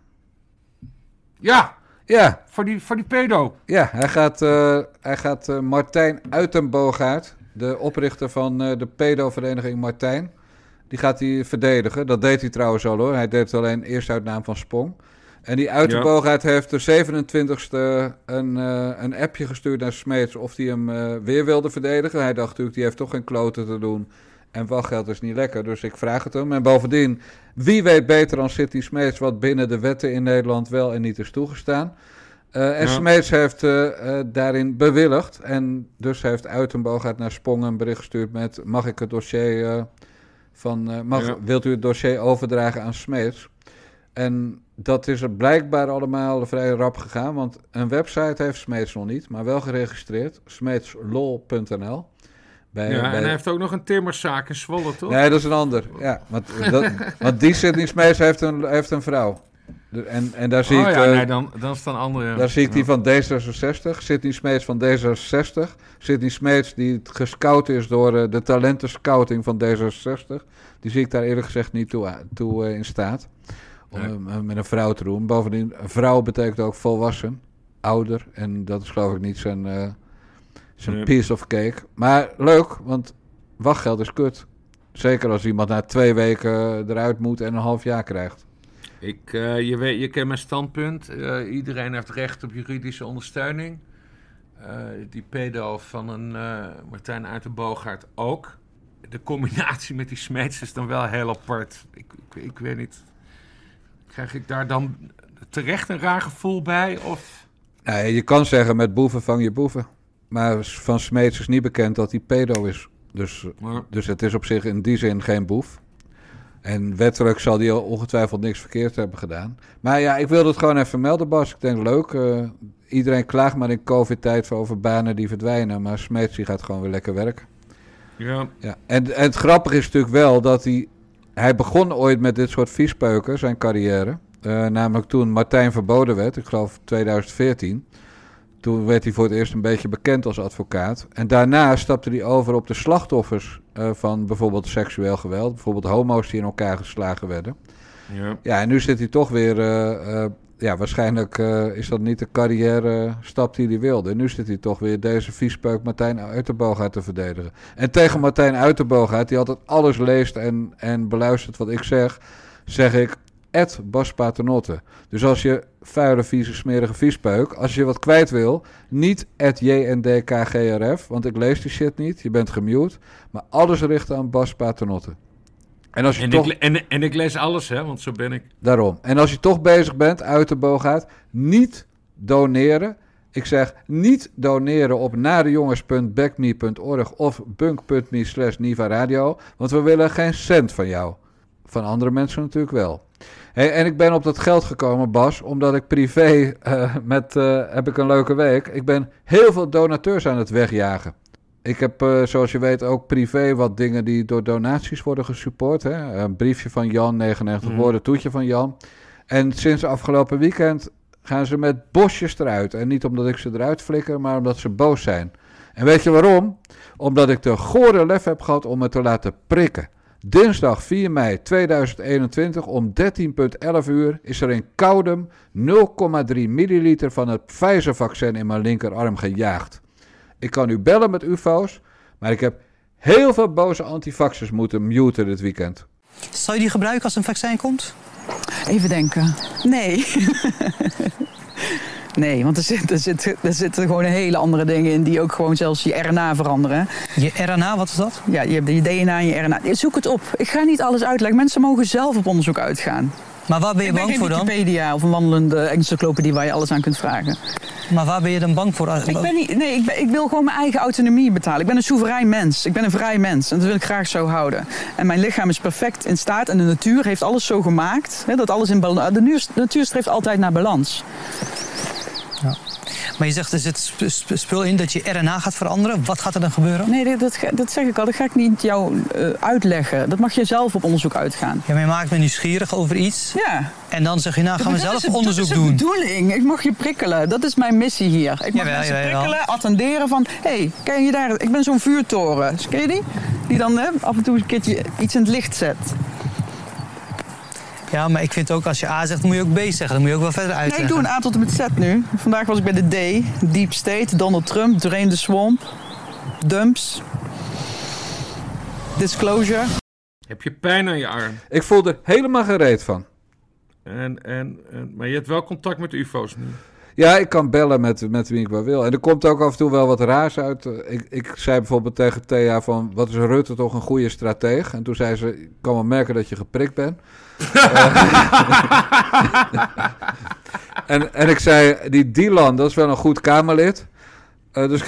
Ja. Ja. Voor die pedo. Ja, hij gaat Martijn Uitenboogaert, de oprichter van de pedovereniging Martijn, die gaat hij verdedigen. Dat deed hij trouwens al hoor. Hij deed het alleen eerst uit naam van Spong. En die Uitenboogaert heeft de 27e een appje gestuurd naar Smeets of hij hem weer wilde verdedigen. Hij dacht natuurlijk, die heeft toch geen kloten te doen. En wachtgeld is niet lekker, dus ik vraag het hem. En bovendien, wie weet beter dan Sidney Smeets wat binnen de wetten in Nederland wel en niet is toegestaan. En Smeets heeft daarin bewilligd. En dus heeft Uitenboogaert naar Spong een bericht gestuurd met: mag ik het dossier wilt u het dossier overdragen aan Smeets? En dat is er blijkbaar allemaal vrij rap gegaan, want een website heeft Smeets nog niet, maar wel geregistreerd, smeetslol.nl. En hij heeft ook nog een timmerszaak in Zwolle, toch? Nee, dat is een ander. Ja, want die Sidney Smeets heeft een vrouw. En daar zie ik... dan is het een andere... Daar zie ik die van D66, Sidney Smeets van D66. Sidney Smeets die gescout is door de talentenscouting van D66. Die zie ik daar eerlijk gezegd niet toe in staat. Om met een vrouw te doen. Bovendien, een vrouw betekent ook volwassen, ouder. En dat is geloof ik niet zijn piece of cake. Maar leuk, want wachtgeld is kut. Zeker als iemand na 2 weken eruit moet en een half jaar krijgt. Je kent mijn standpunt. Iedereen heeft recht op juridische ondersteuning. Die pedo van een Martijn Uitenboogaert ook. De combinatie met die Smeets is dan wel heel apart. Ik weet niet. Krijg ik daar dan terecht een raar gevoel bij? Of? Nou, je kan zeggen, met boeven vang je boeven. Maar van Smeets is niet bekend dat hij pedo is. Dus het is op zich in die zin geen boef. En wettelijk zal hij ongetwijfeld niks verkeerd hebben gedaan. Maar ja, ik wilde het gewoon even melden, Bas. Ik denk, leuk. Iedereen klaagt maar in COVID-tijd over banen die verdwijnen. Maar Smeets die gaat gewoon weer lekker werken. Ja. En het grappige is natuurlijk wel dat hij begon ooit met dit soort viespeuken, zijn carrière. Namelijk toen Martijn verboden werd, ik geloof 2014. Toen werd hij voor het eerst een beetje bekend als advocaat. En daarna stapte hij over op de slachtoffers van bijvoorbeeld seksueel geweld. Bijvoorbeeld homo's die in elkaar geslagen werden. Ja, en nu zit hij toch weer... waarschijnlijk is dat niet de carrière stap die hij wilde. En nu zit hij toch weer deze viespeuk Martijn Uitenboogaert te verdedigen. En tegen Martijn Uitenboogaert, die altijd alles leest en beluistert wat ik zeg ik... Bas Paternotte. Dus als je vuile, vieze, smerige viespeuk, als je wat kwijt wil, niet @JNDKGRF, want ik lees die shit niet, je bent gemute, maar alles richten aan Bas Paternotte. En als je en ik lees alles, hè, want zo ben ik. Daarom. En als je toch bezig bent, Uitenboogaert, niet doneren. Ik zeg niet doneren op narejongens.backme.org of bunk.me/Niva Radio, want we willen geen cent van jou. Van andere mensen natuurlijk wel. Hey, en ik ben op dat geld gekomen, Bas, omdat ik privé heb ik een leuke week. Ik ben heel veel donateurs aan het wegjagen. Ik heb, zoals je weet, ook privé wat dingen die door donaties worden gesupport. Hè? Een briefje van Jan, 99 woorden, toetje van Jan. En sinds afgelopen weekend gaan ze met bosjes eruit. En niet omdat ik ze eruit flikker, maar omdat ze boos zijn. En weet je waarom? Omdat ik de gore lef heb gehad om me te laten prikken. Dinsdag 4 mei 2021 om 13:11 is er in Koudem 0,3 milliliter van het Pfizer-vaccin in mijn linkerarm gejaagd. Ik kan u bellen met ufo's, maar ik heb heel veel boze antivaxers moeten muten dit weekend. Zal je die gebruiken als een vaccin komt? Even denken. Nee. Nee, want er zitten gewoon hele andere dingen in die ook gewoon zelfs je RNA veranderen. Je RNA, wat is dat? Ja, je hebt je DNA en je RNA. Zoek het op. Ik ga niet alles uitleggen. Mensen mogen zelf op onderzoek uitgaan. Maar waar ben je bang voor dan? Wikipedia of een wandelende encyclopedie waar je alles aan kunt vragen. Maar waar ben je dan bang voor? Ik wil gewoon mijn eigen autonomie betalen. Ik ben een soeverein mens. Ik ben een vrij mens. En dat wil ik graag zo houden. En mijn lichaam is perfect in staat. En de natuur heeft alles zo gemaakt. Hè, dat alles in balans. De natuur streeft altijd naar balans. Ja. Maar je zegt, er zit spul in dat je RNA gaat veranderen. Wat gaat er dan gebeuren? Nee, dat zeg ik al. Dat ga ik niet jou uitleggen. Dat mag je zelf op onderzoek uitgaan. Ja, maar je maakt me nieuwsgierig over iets. Ja. En dan zeg je, nou gaan we zelf onderzoek doen. Dat is de bedoeling. Ik mag je prikkelen. Dat is mijn missie hier. Ik mag mensen prikkelen, attenderen van... Hé, ken je daar... Ik ben zo'n vuurtoren. Ken je die? Die dan af en toe een keertje iets in het licht zet. Ja, maar ik vind ook als je A zegt, moet je ook B zeggen. Dan moet je ook wel verder uitleggen. Nee, ik doe een A tot en met Z nu. Vandaag was ik bij de D. Deep State, Donald Trump, Drain the Swamp, Dumps, Disclosure. Heb je pijn aan je arm? Ik voel er helemaal geen reet van. Maar je hebt wel contact met UFO's nu? Ja, ik kan bellen met wie ik wel wil. En er komt ook af en toe wel wat raars uit. Ik zei bijvoorbeeld tegen Thea van... Wat is Rutte toch een goede strateeg? En toen zei ze... Ik kan wel merken dat je geprikt bent. En ik zei... Die Dylan, dat is wel een goed Kamerlid. Dus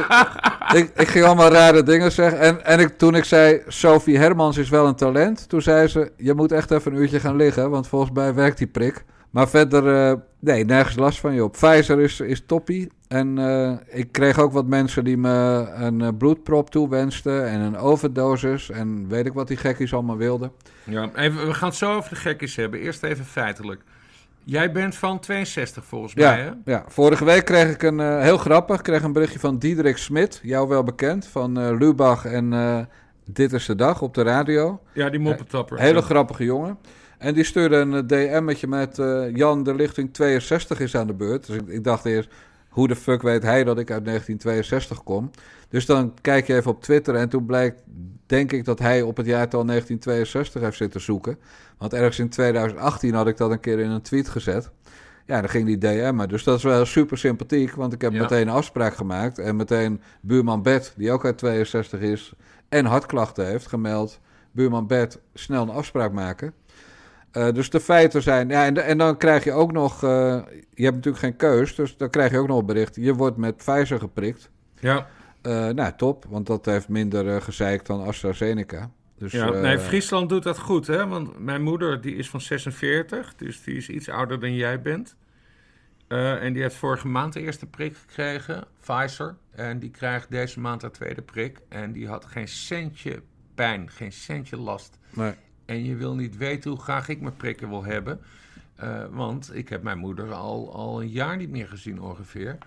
ik ging allemaal rare dingen zeggen. En toen ik zei... Sophie Hermans is wel een talent. Toen zei ze... Je moet echt even een uurtje gaan liggen. Want volgens mij werkt die prik. Maar verder, nee, nergens last van je op. Pfizer is toppie. En ik kreeg ook wat mensen die me een bloedprop toewensten en een overdosis. En weet ik wat die gekkies allemaal wilden. Ja, even, we gaan het zo over de gekkies hebben. Eerst even feitelijk. Jij bent van 62 volgens mij, hè? Ja, vorige week kreeg ik heel grappig, een berichtje van Diederik Smit. Jou wel bekend, van Lubach en Dit is de Dag op de radio. Ja, die moppetapper. Hele grappige jongen. En die stuurde een DM'tje met Jan, de lichting 62 is aan de beurt. Dus ik dacht eerst, hoe de fuck weet hij dat ik uit 1962 kom? Dus dan kijk je even op Twitter en toen blijkt, denk ik, dat hij op het jaartal 1962 heeft zitten zoeken. Want ergens in 2018 had ik dat een keer in een tweet gezet. Ja, dan ging die DM'en. Dus dat is wel super sympathiek, want ik heb meteen een afspraak gemaakt. En meteen buurman Bert, die ook uit 62 is en hartklachten heeft, gemeld. Buurman Bert, snel een afspraak maken. Dus de feiten zijn... Ja, en dan krijg je ook nog... je hebt natuurlijk geen keus, dus dan krijg je ook nog een bericht. Je wordt met Pfizer geprikt. Ja. Nou, top, want dat heeft minder gezeik dan AstraZeneca. Dus, ja, nee, Friesland doet dat goed, hè? Want mijn moeder, die is van 46, dus die is iets ouder dan jij bent. En die heeft vorige maand de eerste prik gekregen, Pfizer. En die krijgt deze maand haar tweede prik. En die had geen centje pijn, geen centje last. Nee. En je wil niet weten hoe graag ik mijn prikken wil hebben. Want ik heb mijn moeder al een jaar niet meer gezien ongeveer.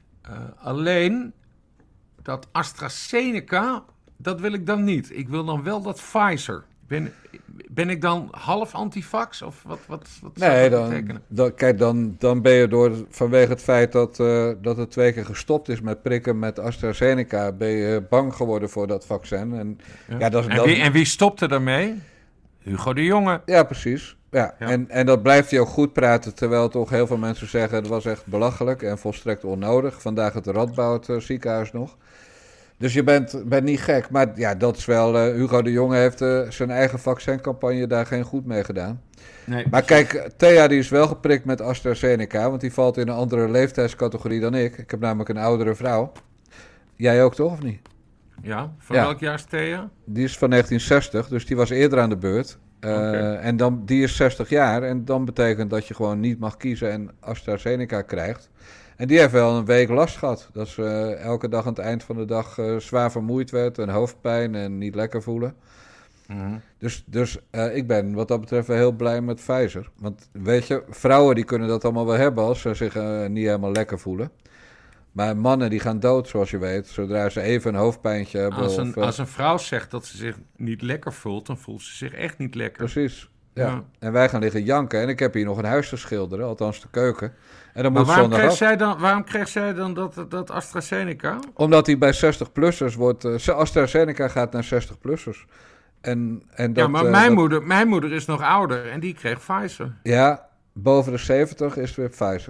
Alleen dat AstraZeneca, dat wil ik dan niet. Ik wil dan wel dat Pfizer. Ben ik dan half antivax? Of wat zou dat betekenen? Kijk, dan ben je vanwege het feit dat het 2 keer gestopt is met prikken met AstraZeneca, ben je bang geworden voor dat vaccin. En wie stopte daarmee? Hugo de Jonge. Ja, precies. Ja. En dat blijft hij ook goed praten, terwijl toch heel veel mensen zeggen, het was echt belachelijk en volstrekt onnodig. Vandaag het Radboud ziekenhuis nog. Dus je bent niet gek. Maar ja, dat is wel... Hugo de Jonge heeft zijn eigen vaccincampagne daar geen goed mee gedaan. Nee, maar kijk, Thea die is wel geprikt met AstraZeneca, want die valt in een andere leeftijdscategorie dan ik. Ik heb namelijk een oudere vrouw. Jij ook toch, of niet? Ja, van welk jaar is Thea? Die is van 1960, dus die was eerder aan de beurt. En dan, die is 60 jaar en dan betekent dat je gewoon niet mag kiezen en AstraZeneca krijgt. En die heeft wel een week last gehad. Dat ze elke dag aan het eind van de dag zwaar vermoeid werd en hoofdpijn en niet lekker voelen. Mm-hmm. Dus ik ben wat dat betreft wel heel blij met Pfizer. Want weet je, vrouwen die kunnen dat allemaal wel hebben als ze zich niet helemaal lekker voelen. Maar mannen die gaan dood, zoals je weet, zodra ze even een hoofdpijntje hebben. Als een vrouw zegt dat ze zich niet lekker voelt, dan voelt ze zich echt niet lekker. Precies. Ja. En wij gaan liggen janken. En ik heb hier nog een huis te schilderen, althans de keuken. En dan maar moet waarom kreeg zij dan dat AstraZeneca? Omdat die bij 60-plussers wordt... AstraZeneca gaat naar 60-plussers. En dat, ja, maar mijn moeder is nog ouder en die kreeg Pfizer. Ja, boven de 70 is weer Pfizer.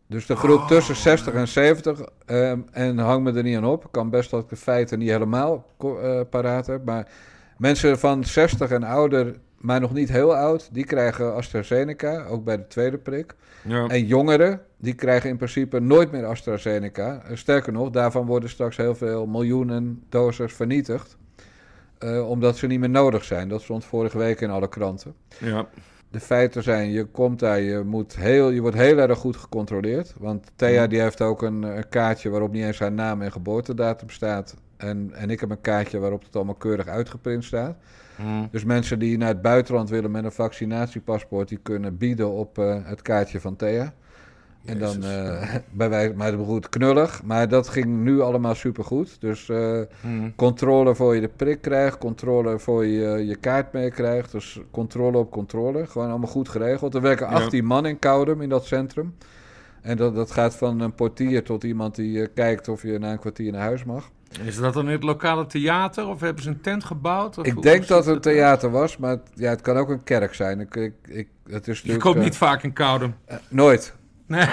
Dus de groep tussen 60 en 70, en hang me er niet aan op. Kan best dat ik de feiten niet helemaal paraat heb. Maar mensen van 60 en ouder, maar nog niet heel oud, die krijgen AstraZeneca, ook bij de tweede prik. Ja. En jongeren, die krijgen in principe nooit meer AstraZeneca. Sterker nog, daarvan worden straks heel veel miljoenen doses vernietigd. Omdat ze niet meer nodig zijn. Dat stond vorige week in alle kranten. Ja. De feiten zijn, je komt daar, je wordt heel erg goed gecontroleerd. Want Thea die heeft ook een kaartje waarop niet eens haar naam en geboortedatum staat. En ik heb een kaartje waarop het allemaal keurig uitgeprint staat. Dus mensen die naar het buitenland willen met een vaccinatiepaspoort, die kunnen bieden op het kaartje van Thea. En dan bij wijze, maar dat bedoelt knullig. Maar dat ging nu allemaal supergoed. Dus controle voor je de prik krijgt, controle voor je kaart meekrijgt. Dus controle op controle. Gewoon allemaal goed geregeld. Er werken 18 man in Koudem in dat centrum. En dat gaat van een portier tot iemand die kijkt of je na een kwartier naar huis mag. Is dat dan in het lokale theater of hebben ze een tent gebouwd? Of Ik denk dat het een theater was, maar het kan ook een kerk zijn. Het is je komt niet vaak in Koudem? Nooit. Nee.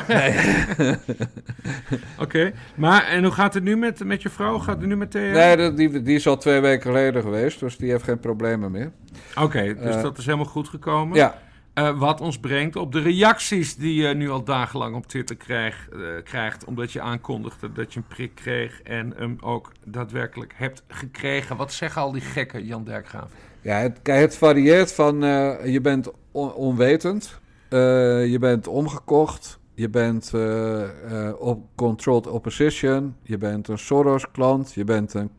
Oké. Maar en hoe gaat het nu met je vrouw? Gaat het nu met Thea? Nee, die is al 2 weken geleden geweest, dus die heeft geen problemen meer. Oké, dus dat is helemaal goed gekomen. Ja. Wat ons brengt op de reacties die je nu al dagenlang op Twitter krijgt, omdat je aankondigde dat je een prik kreeg en hem ook daadwerkelijk hebt gekregen. Wat zeggen al die gekken, Jan Dijkgraaf? Ja, het varieert van je bent onwetend, je bent omgekocht, je bent op controlled opposition, je bent een Soros-klant, je bent een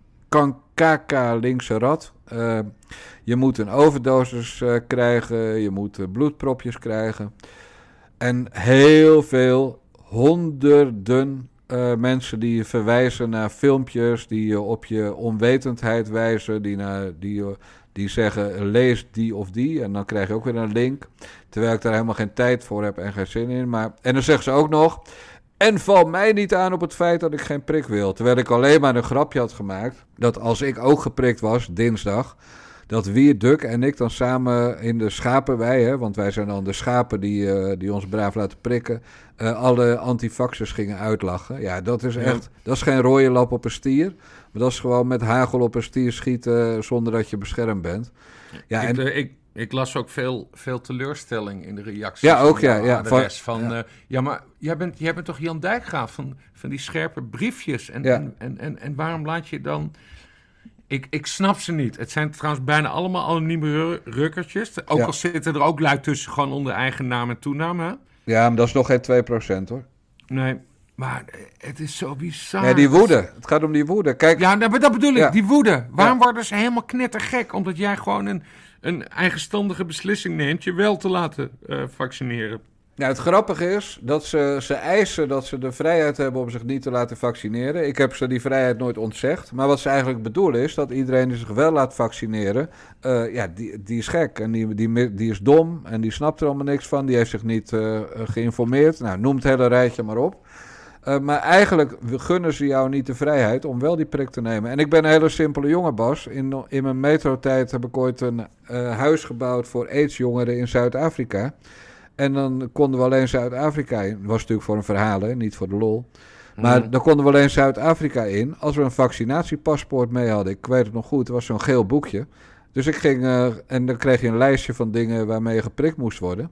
linkse rat. Je moet een overdosis krijgen, je moet bloedpropjes krijgen. En heel veel, honderden mensen die verwijzen naar filmpjes, die op je onwetendheid wijzen, die zeggen lees die of die en dan krijg je ook weer een link. Terwijl ik daar helemaal geen tijd voor heb en geen zin in. En dan zeggen ze ook nog, en val mij niet aan op het feit dat ik geen prik wil. Terwijl ik alleen maar een grapje had gemaakt dat als ik ook geprikt was, dinsdag, dat Wier Duk en ik dan samen in de schapenwei, want wij zijn dan de schapen die ons braaf laten prikken, alle antivaxers gingen uitlachen. Ja, dat is echt, dat is geen rode lap op een stier, maar dat is gewoon met hagel op een stier schieten zonder dat je beschermd bent. Ja, Ik las ook veel teleurstelling in de reacties. Ja, ook maar jij bent toch Jan Dijkgraaf van die scherpe briefjes. En waarom laat je dan... Ik snap ze niet. Het zijn trouwens bijna allemaal anonieme rukkertjes. Ook al zitten er ook lui tussen gewoon onder eigen naam en toename. Hè? Ja, maar dat is nog geen 2% hoor. Nee, maar het is zo bizar. Nee, die woede. Het gaat om die woede. Kijk, ja, maar dat bedoel ik, die woede. Waarom worden ze helemaal knettergek? Omdat jij gewoon een eigenstandige beslissing neemt je wel te laten vaccineren. Nou, het grappige is dat ze eisen dat ze de vrijheid hebben om zich niet te laten vaccineren. Ik heb ze die vrijheid nooit ontzegd. Maar wat ze eigenlijk bedoelen is dat iedereen die zich wel laat vaccineren, die is gek. En die is dom en die snapt er allemaal niks van. Die heeft zich niet geïnformeerd. Nou, noem het hele rijtje maar op. Maar eigenlijk gunnen ze jou niet de vrijheid om wel die prik te nemen. En ik ben een hele simpele jongen, Bas. In mijn metrotijd heb ik ooit een huis gebouwd voor AIDS-jongeren in Zuid-Afrika. En dan konden we alleen Zuid-Afrika in. Dat was natuurlijk voor een verhaal, hè? Niet voor de lol. Maar dan konden we alleen Zuid-Afrika in als we een vaccinatiepaspoort mee hadden. Ik weet het nog goed, het was zo'n geel boekje. Dus ik ging, en dan kreeg je een lijstje van dingen waarmee je geprikt moest worden.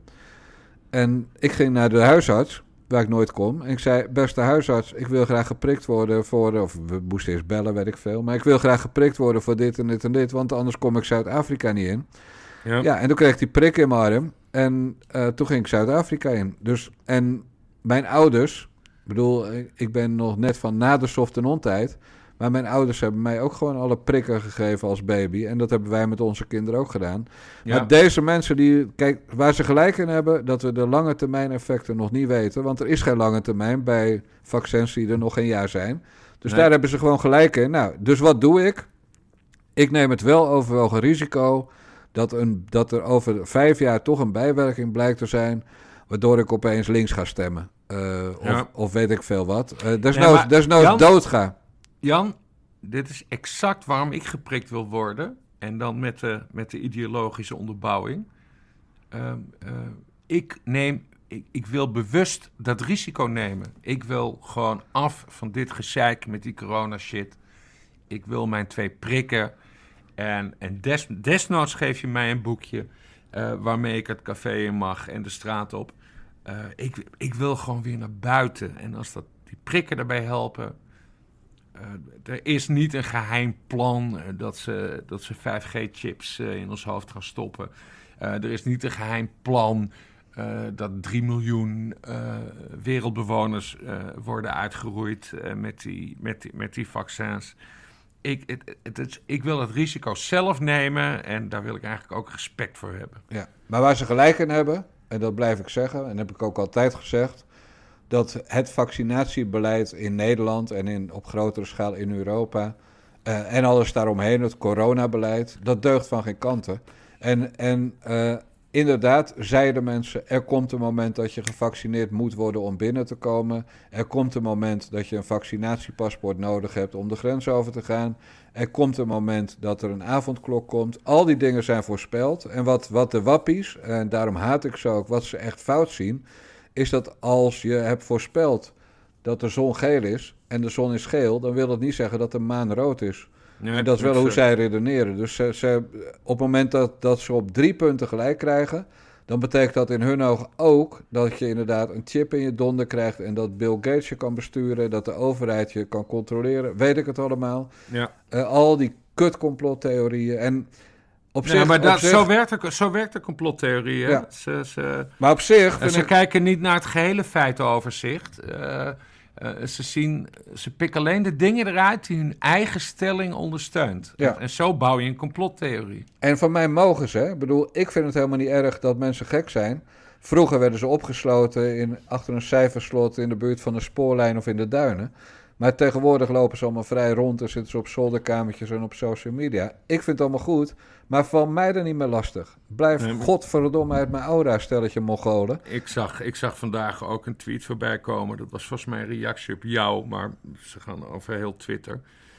En ik ging naar de huisarts, waar ik nooit kom. En ik zei, beste huisarts, ik wil graag geprikt worden voor... Of we moesten eerst bellen, weet ik veel. Maar ik wil graag geprikt worden voor dit en dit en dit. Want anders kom ik Zuid-Afrika niet in. Ja, en toen kreeg ik die prik in mijn arm. En toen ging ik Zuid-Afrika in. Dus, en mijn ouders... Ik bedoel, ik ben nog net van na de soft en on-tijd. Maar mijn ouders hebben mij ook gewoon alle prikken gegeven als baby. En dat hebben wij met onze kinderen ook gedaan. Ja. Maar deze mensen, kijk, waar ze gelijk in hebben... dat we de lange termijn effecten nog niet weten. Want er is geen lange termijn bij vaccins die er nog geen jaar zijn. Dus daar hebben ze gewoon gelijk in. Nou, dus wat doe ik? Ik neem het wel overwogen risico... dat er over 5 jaar toch een bijwerking blijkt te zijn... waardoor ik opeens links ga stemmen. Of weet ik veel wat. Desnoods doodga. Jan, dit is exact waarom ik geprikt wil worden. En dan ik wil bewust dat risico nemen. Ik wil gewoon af van dit gezeik met die corona shit. Ik wil mijn 2 prikken. En desnoods geef je mij een boekje waarmee ik het café in mag en de straat op. Ik wil gewoon weer naar buiten. En als die prikken daarbij helpen. Er is niet een geheim plan dat ze 5G-chips in ons hoofd gaan stoppen. Er is niet een geheim plan dat 3 miljoen wereldbewoners worden uitgeroeid met die vaccins. Ik wil het risico zelf nemen en daar wil ik eigenlijk ook respect voor hebben. Ja, maar waar ze gelijk in hebben, en dat blijf ik zeggen, en heb ik ook altijd gezegd, dat het vaccinatiebeleid in Nederland en op grotere schaal in Europa en alles daaromheen, het coronabeleid, dat deugt van geen kanten. En inderdaad, zeiden mensen, er komt een moment dat je gevaccineerd moet worden om binnen te komen. Er komt een moment dat je een vaccinatiepaspoort nodig hebt om de grens over te gaan. Er komt een moment dat er een avondklok komt. Al die dingen zijn voorspeld. En wat de wappies, en daarom haat ik ze ook, wat ze echt fout zien, is dat als je hebt voorspeld dat de zon geel is en de zon is geel, dan wil dat niet zeggen dat de maan rood is. Nee, en dat is wel hoe zij redeneren. Dus op het moment dat ze op 3 punten gelijk krijgen, dan betekent dat in hun ogen ook dat je inderdaad een chip in je donder krijgt en dat Bill Gates je kan besturen, dat de overheid je kan controleren. Weet ik het allemaal. Ja. Al die kutcomplottheorieën. En op zich, maar zo werkt de complottheorie. Ja. Maar op zich... Ze kijken niet naar het gehele feitenoverzicht. Ze pikken alleen de dingen eruit die hun eigen stelling ondersteunt. Ja. En zo bouw je een complottheorie. En van mij mogen ze. Ik bedoel, ik vind het helemaal niet erg dat mensen gek zijn. Vroeger werden ze opgesloten achter een cijferslot in de buurt van een spoorlijn of in de duinen. Maar tegenwoordig lopen ze allemaal vrij rond en zitten ze op zolderkamertjes en op social media. Ik vind het allemaal goed, maar van mij er niet meer lastig. Blijf godverdomme uit mijn aura, stelletje Mongolen. Ik zag vandaag ook een tweet voorbij komen. Dat was volgens mij een reactie op jou, maar ze gaan over heel Twitter.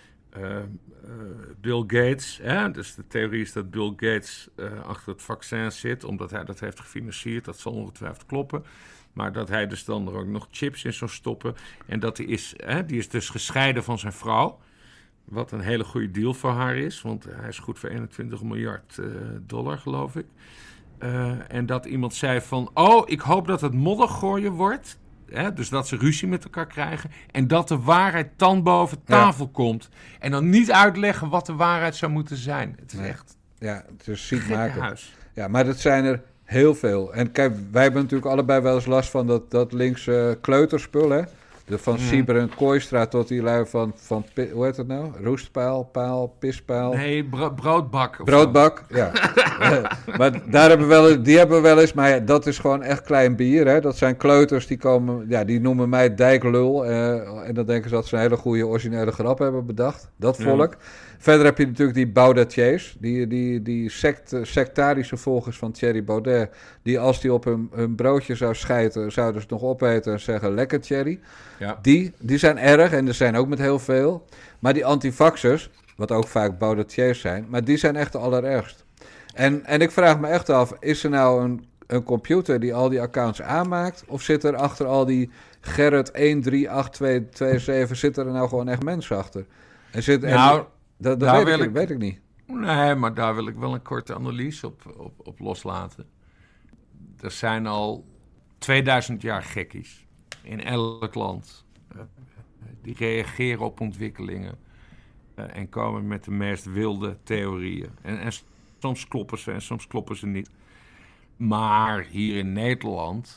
Bill Gates, dus de theorie is dat Bill Gates achter het vaccin zit, omdat hij dat heeft gefinancierd. Dat zal ongetwijfeld kloppen. Maar dat hij dus dan er ook nog chips in zou stoppen. En dat die is dus gescheiden van zijn vrouw. Wat een hele goede deal voor haar is. Want hij is goed voor $21 miljard, geloof ik. En dat iemand zei van... ik hoop dat het moddergooien wordt. Dus dat ze ruzie met elkaar krijgen. En dat de waarheid dan boven tafel komt. En dan niet uitleggen wat de waarheid zou moeten zijn. Het is echt... Ja, het is ziek maken. Ja, maar dat zijn er... Heel veel. En kijk, wij hebben natuurlijk allebei wel eens last van dat linkse kleuterspul, hè? Van Sieber en Kooistra tot die lui van hoe heet het nou? Roestpaal, paal, pispaal? Nee, broodbak. Broodbak, ja. Maar die hebben we wel eens, maar ja, dat is gewoon echt klein bier, hè? Dat zijn kleuters die komen, ja, die noemen mij dijklul. En dan denken ze dat ze een hele goede originele grap hebben bedacht. Dat volk. Ja. Verder heb je natuurlijk die Baudetiers, die sectarische volgers van Thierry Baudet, die als die op hun broodje zou schijten, zouden ze het nog opeten en zeggen, lekker Thierry. Ja. Die zijn erg en er zijn ook met heel veel. Maar die antivaxers, wat ook vaak Baudetiers zijn, maar die zijn echt de allerergst. En ik vraag me echt af, is er nou een computer die al die accounts aanmaakt, of zit er achter al die Gerrit 138227, zitten er nou gewoon echt mensen achter? Dat weet ik niet. Nee, maar daar wil ik wel een korte analyse op loslaten. Er zijn al 2000 jaar gekkies in elk land. Die reageren op ontwikkelingen en komen met de meest wilde theorieën. En soms kloppen ze en soms kloppen ze niet. Maar hier in Nederland,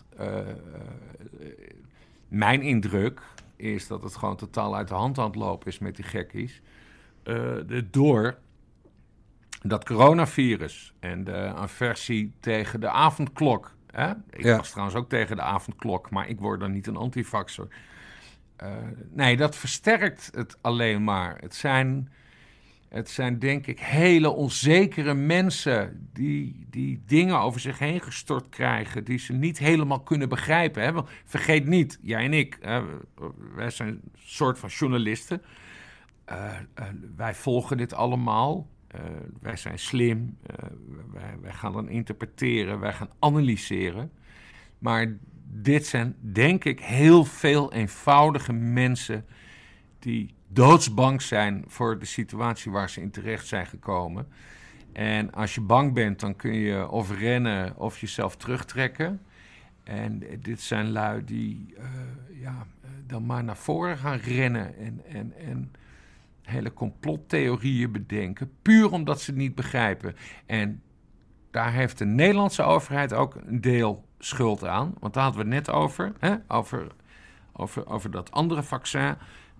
mijn indruk is dat het gewoon totaal uit de hand aan het lopen is met die gekkies. Door dat coronavirus en de aversie tegen de avondklok. Ik was trouwens ook tegen de avondklok, maar ik word dan niet een antivaxer. Nee, dat versterkt het alleen maar. Het zijn denk ik hele onzekere mensen die dingen over zich heen gestort krijgen, die ze niet helemaal kunnen begrijpen. Hè? Want vergeet niet, jij en ik, wij zijn een soort van journalisten. Wij volgen dit allemaal. Wij zijn slim. Wij gaan dan interpreteren. Wij gaan analyseren. Maar dit zijn, denk ik, heel veel eenvoudige mensen die doodsbang zijn voor de situatie waar ze in terecht zijn gekomen. En als je bang bent, dan kun je of rennen of jezelf terugtrekken. En dit zijn lui die dan maar naar voren gaan rennen en hele complottheorieën bedenken, puur omdat ze het niet begrijpen. En daar heeft de Nederlandse overheid ook een deel schuld aan. Want daar hadden we het net over, hè? Over dat andere vaccin.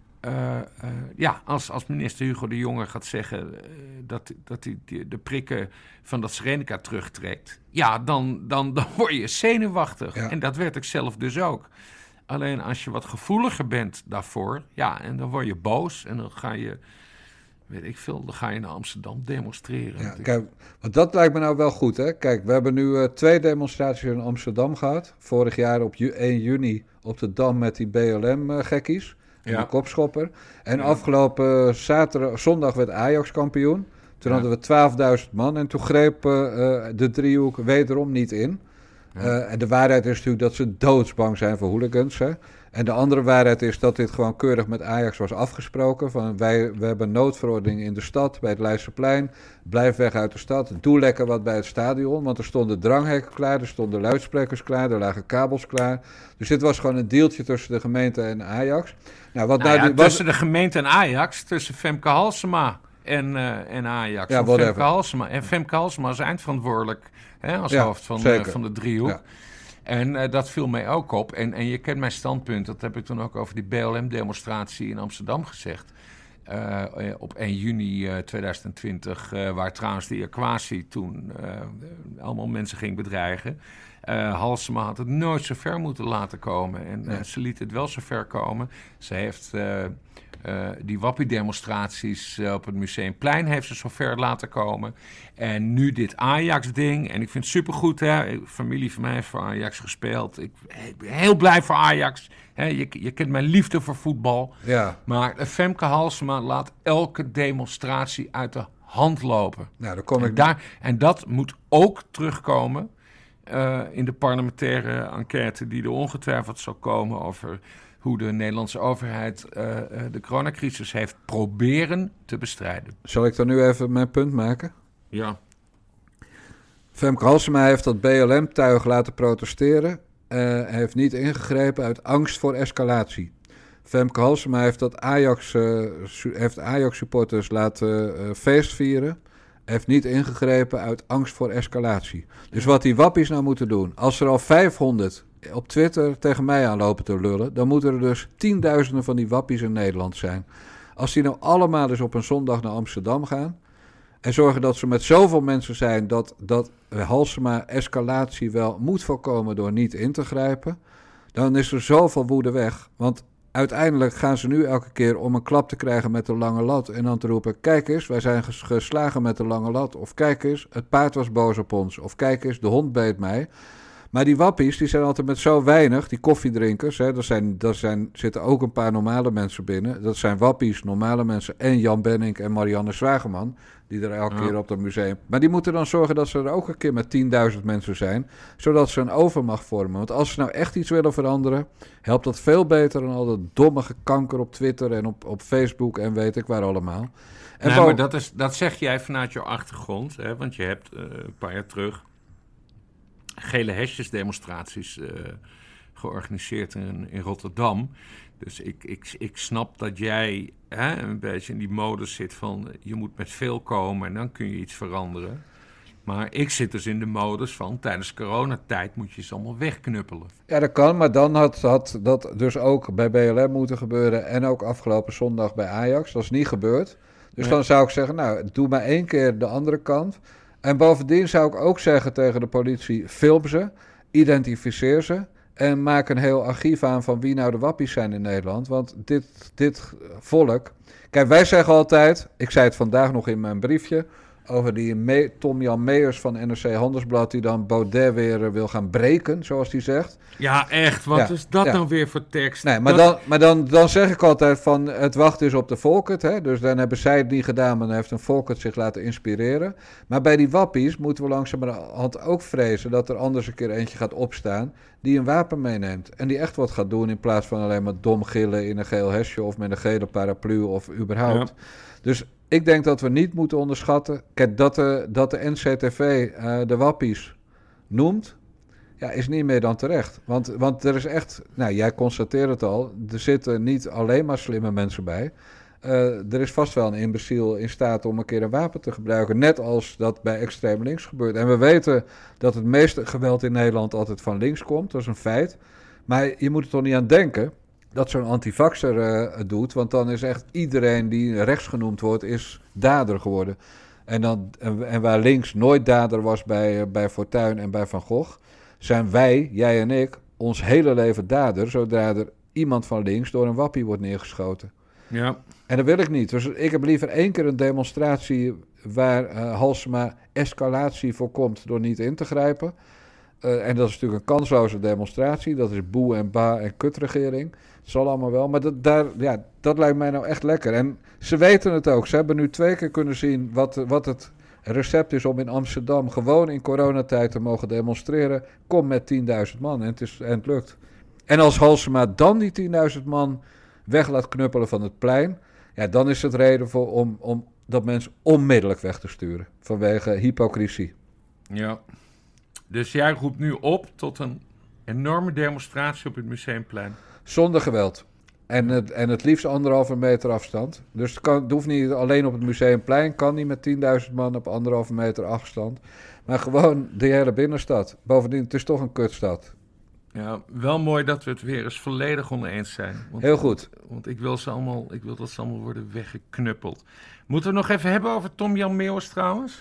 Als minister Hugo de Jonge gaat zeggen dat hij de prikken van dat Serenica terugtrekt, ja, dan word je zenuwachtig. Ja. En dat werd ik zelf dus ook. Alleen als je wat gevoeliger bent daarvoor, ja, en dan word je boos en dan ga je, weet ik veel, dan ga je naar Amsterdam demonstreren. Ja, kijk, want dat lijkt me nou wel goed, hè. Kijk, we hebben nu 2 demonstraties in Amsterdam gehad. Vorig jaar op 1 juni op de Dam met die BLM-gekkies. En de kopschopper. En afgelopen zondag werd Ajax kampioen. Toen hadden we 12.000 man en toen greep de driehoek wederom niet in. En de waarheid is natuurlijk dat ze doodsbang zijn voor hooligans. Hè? En de andere waarheid is dat dit gewoon keurig met Ajax was afgesproken. Van we hebben een noodverordening in de stad, bij het Leidseplein. Blijf weg uit de stad. Doe lekker wat bij het stadion. Want er stonden dranghekken klaar, er stonden luidsprekers klaar, er lagen kabels klaar. Dus dit was gewoon een deeltje tussen de gemeente en Ajax. Tussen de gemeente en Ajax, tussen Femke Halsema en Ajax. Ja, Femke Halsema is eindverantwoordelijk, hè, als hoofd van de driehoek. Ja. En dat viel mij ook op. En je kent mijn standpunt, dat heb ik toen ook over die BLM-demonstratie in Amsterdam gezegd. Op 1 juni 2020, waar trouwens de Equatie toen allemaal mensen ging bedreigen. Halsema had het nooit zo ver moeten laten komen. En ze liet het wel zo ver komen. Ze heeft die wappie-demonstraties op het Museumplein heeft ze zo ver laten komen. En nu dit Ajax-ding. En ik vind het supergoed, hè. Familie van mij heeft voor Ajax gespeeld. Ik ben heel blij voor Ajax. Hè. Je kent mijn liefde voor voetbal. Ja. Maar Femke Halsema laat elke demonstratie uit de hand lopen. Nou, en dat moet ook terugkomen in de parlementaire enquête die er ongetwijfeld zal komen over hoe de Nederlandse overheid de coronacrisis heeft proberen te bestrijden. Zal ik dan nu even mijn punt maken? Ja. Femke Halsema heeft dat BLM-tuig laten protesteren. Heeft niet ingegrepen uit angst voor escalatie. Femke Halsema heeft dat Ajax-supporters laten feestvieren. Heeft niet ingegrepen uit angst voor escalatie. Dus wat die wappies nou moeten doen, als er al 500 op Twitter tegen mij aanlopen te lullen, dan moeten er dus 10.000 van die wappies in Nederland zijn. Als die nou allemaal dus op een zondag naar Amsterdam gaan en zorgen dat ze met zoveel mensen zijn dat Halsema escalatie wel moet voorkomen door niet in te grijpen, dan is er zoveel woede weg. Want uiteindelijk gaan ze nu elke keer om een klap te krijgen met de lange lat en dan te roepen, kijk eens, wij zijn geslagen met de lange lat. Of kijk eens, het paard was boos op ons. Of kijk eens, de hond beet mij. Maar die wappies, die zijn altijd met zo weinig, die koffiedrinkers, hè, zitten ook een paar normale mensen binnen. Dat zijn wappies, normale mensen en Jan Benink en Marianne Zwageman, die er elke keer op dat museum. Maar die moeten dan zorgen dat ze er ook een keer met 10.000 mensen zijn, zodat ze een overmacht vormen. Want als ze nou echt iets willen veranderen, helpt dat veel beter dan al dat domme gekanker op Twitter en op Facebook en weet ik waar allemaal. En maar dat zeg jij vanuit jouw achtergrond, hè, want je hebt een paar jaar terug gele hesjesdemonstraties georganiseerd in Rotterdam. Dus ik snap dat jij een beetje in die modus zit van je moet met veel komen en dan kun je iets veranderen. Maar ik zit dus in de modus van tijdens coronatijd moet je ze allemaal wegknuppelen. Ja, dat kan, maar dan had dat dus ook bij BLM moeten gebeuren en ook afgelopen zondag bij Ajax. Dat is niet gebeurd. Dus dan zou ik zeggen, nou, doe maar 1 keer de andere kant. En bovendien zou ik ook zeggen tegen de politie, film ze, identificeer ze en maak een heel archief aan van wie nou de wappies zijn in Nederland. Want dit volk, kijk, wij zeggen altijd, ik zei het vandaag nog in mijn briefje, over die Tom-Jan Meijers van NRC Handelsblad... die dan Baudet weer wil gaan breken, zoals hij zegt. Ja, echt. Wat is dat nou weer voor tekst? Nee, maar dan zeg ik altijd van... het wachten is op de Volkert. Hè? Dus dan hebben zij het niet gedaan... maar dan heeft een Volkert zich laten inspireren. Maar bij die wappies moeten we langzamerhand ook vrezen... dat er anders een keer eentje gaat opstaan... die een wapen meeneemt. En die echt wat gaat doen... in plaats van alleen maar dom gillen in een geel hesje... of met een gele paraplu of überhaupt. Ja. Dus... ik denk dat we niet moeten onderschatten... Kijk, dat de NCTV de wappies noemt... ja, is niet meer dan terecht. Want er is echt... nou, jij constateert het al... er zitten niet alleen maar slimme mensen bij. Er is vast wel een imbeciel in staat om een keer een wapen te gebruiken... net als dat bij extreem links gebeurt. En we weten dat het meeste geweld in Nederland altijd van links komt. Dat is een feit. Maar je moet er toch niet aan denken... dat zo'n antivaxer het doet, want dan is echt iedereen die rechts genoemd wordt, is dader geworden. En waar links nooit dader was bij Fortuyn en bij Van Gogh, zijn wij, jij en ik, ons hele leven dader, zodra er iemand van links door een wappie wordt neergeschoten. Ja. En dat wil ik niet. Dus ik heb liever 1 keer een demonstratie waar Halsema escalatie voorkomt door niet in te grijpen. En dat is natuurlijk een kansloze demonstratie. Dat is boe en ba en kutregering. Het zal allemaal wel. Maar dat lijkt mij nou echt lekker. En ze weten het ook. Ze hebben nu 2 keer kunnen zien wat het recept is om in Amsterdam gewoon in coronatijd te mogen demonstreren. Kom met 10.000 man en het lukt. En als Halsema dan die 10.000 man weg laat knuppelen van het plein, ja, dan is het reden voor om dat mensen onmiddellijk weg te sturen. Vanwege hypocrisie. Ja. Dus jij roept nu op tot een enorme demonstratie op het Museumplein. Zonder geweld. En het liefst 1,5 meter afstand. Dus het hoeft niet alleen op het Museumplein. Kan niet met 10.000 man op 1,5 meter afstand. Maar gewoon de hele binnenstad. Bovendien, het is toch een kutstad. Ja, wel mooi dat we het weer eens volledig oneens zijn. Heel goed. Want ik wil dat ze allemaal worden weggeknuppeld. Moeten we nog even hebben over Tom-Jan Meeuwis trouwens?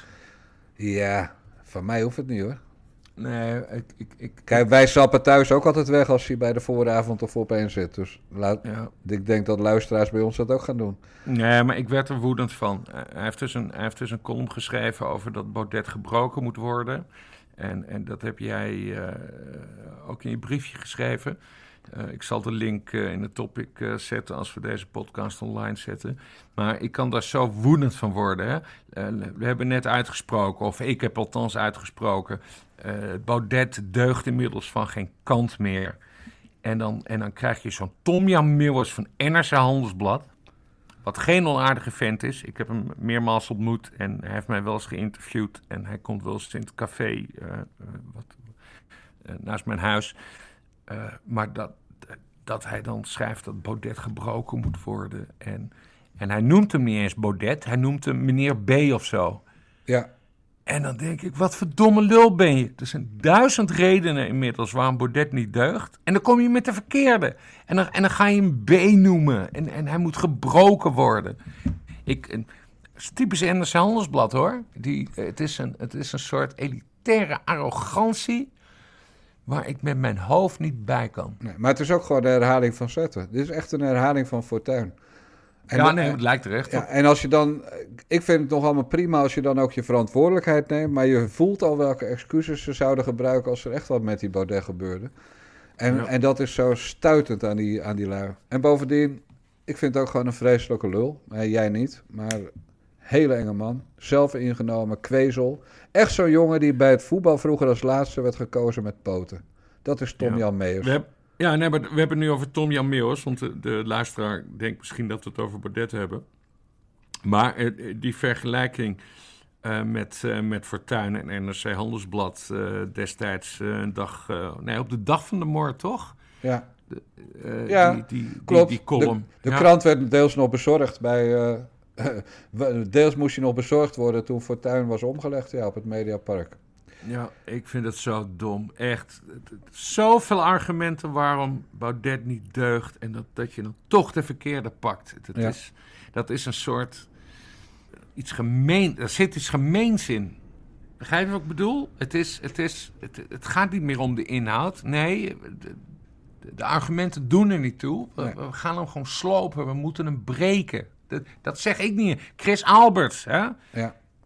Ja, van mij hoeft het niet hoor. Nee, Kijk, wij sappen thuis ook altijd weg als hij bij de vooravond of opeen zit. Dus ik denk dat luisteraars bij ons dat ook gaan doen. Nee, maar ik werd er woedend van. Hij heeft dus een column geschreven over dat Baudet gebroken moet worden. En dat heb jij ook in je briefje geschreven. Ik zal de link in de topic zetten als we deze podcast online zetten. Maar ik kan daar zo woedend van worden. Hè? We hebben net uitgesproken, of ik heb althans uitgesproken... Baudet deugt inmiddels van geen kant meer. En dan krijg je zo'n Tom-Jan Meeuwis van NRC Handelsblad... wat geen onaardige vent is. Ik heb hem meermaals ontmoet en hij heeft mij wel eens geïnterviewd... en hij komt wel eens in het café naast mijn huis. Maar dat hij dan schrijft dat Baudet gebroken moet worden. En hij noemt hem niet eens Baudet, hij noemt hem meneer B of zo. Ja. En dan denk ik, wat voor domme lul ben je? Er zijn 1000 redenen inmiddels waarom Baudet niet deugt. En dan kom je met de verkeerde. En dan ga je hem B noemen. En hij moet gebroken worden. Het is typisch NRC Handelsblad hoor. Het is een soort elitaire arrogantie waar ik met mijn hoofd niet bij kan. Nee, maar het is ook gewoon de herhaling van Zetten. Dit is echt een herhaling van Fortuyn. Het lijkt er echt op. Ja, en als je dan... Ik vind het nog allemaal prima als je dan ook je verantwoordelijkheid neemt... maar je voelt al welke excuses ze zouden gebruiken... als er echt wat met die Baudet gebeurde. En dat is zo stuitend aan die lui. En bovendien, ik vind het ook gewoon een vreselijke lul. Jij niet, maar hele enge man. Zelf ingenomen, kwezel. Echt zo'n jongen die bij het voetbal vroeger als laatste werd gekozen met poten. Dat is Tom-Jan Meijers. Maar we hebben het nu over Tom-Jan Meeuwis, want de luisteraar denkt misschien dat we het over Baudet hebben. Maar die vergelijking met Fortuyn en NRC Handelsblad destijds op de dag van de moord, toch? Ja. Klopt. Die column. De krant werd deels nog bezorgd deels moest je nog bezorgd worden toen Fortuyn was omgelegd op het Mediapark. Ja, ik vind het zo dom. Echt. Zoveel argumenten waarom Baudet niet deugt... en dat je dan toch de verkeerde pakt. Dat is een soort... iets gemeen. Er zit iets gemeens in. Begrijp je wat ik bedoel? Het gaat niet meer om de inhoud. Nee, de argumenten doen er niet toe. We gaan hem gewoon slopen. We moeten hem breken. Dat zeg ik niet. Chris Alberts, hè? Ja.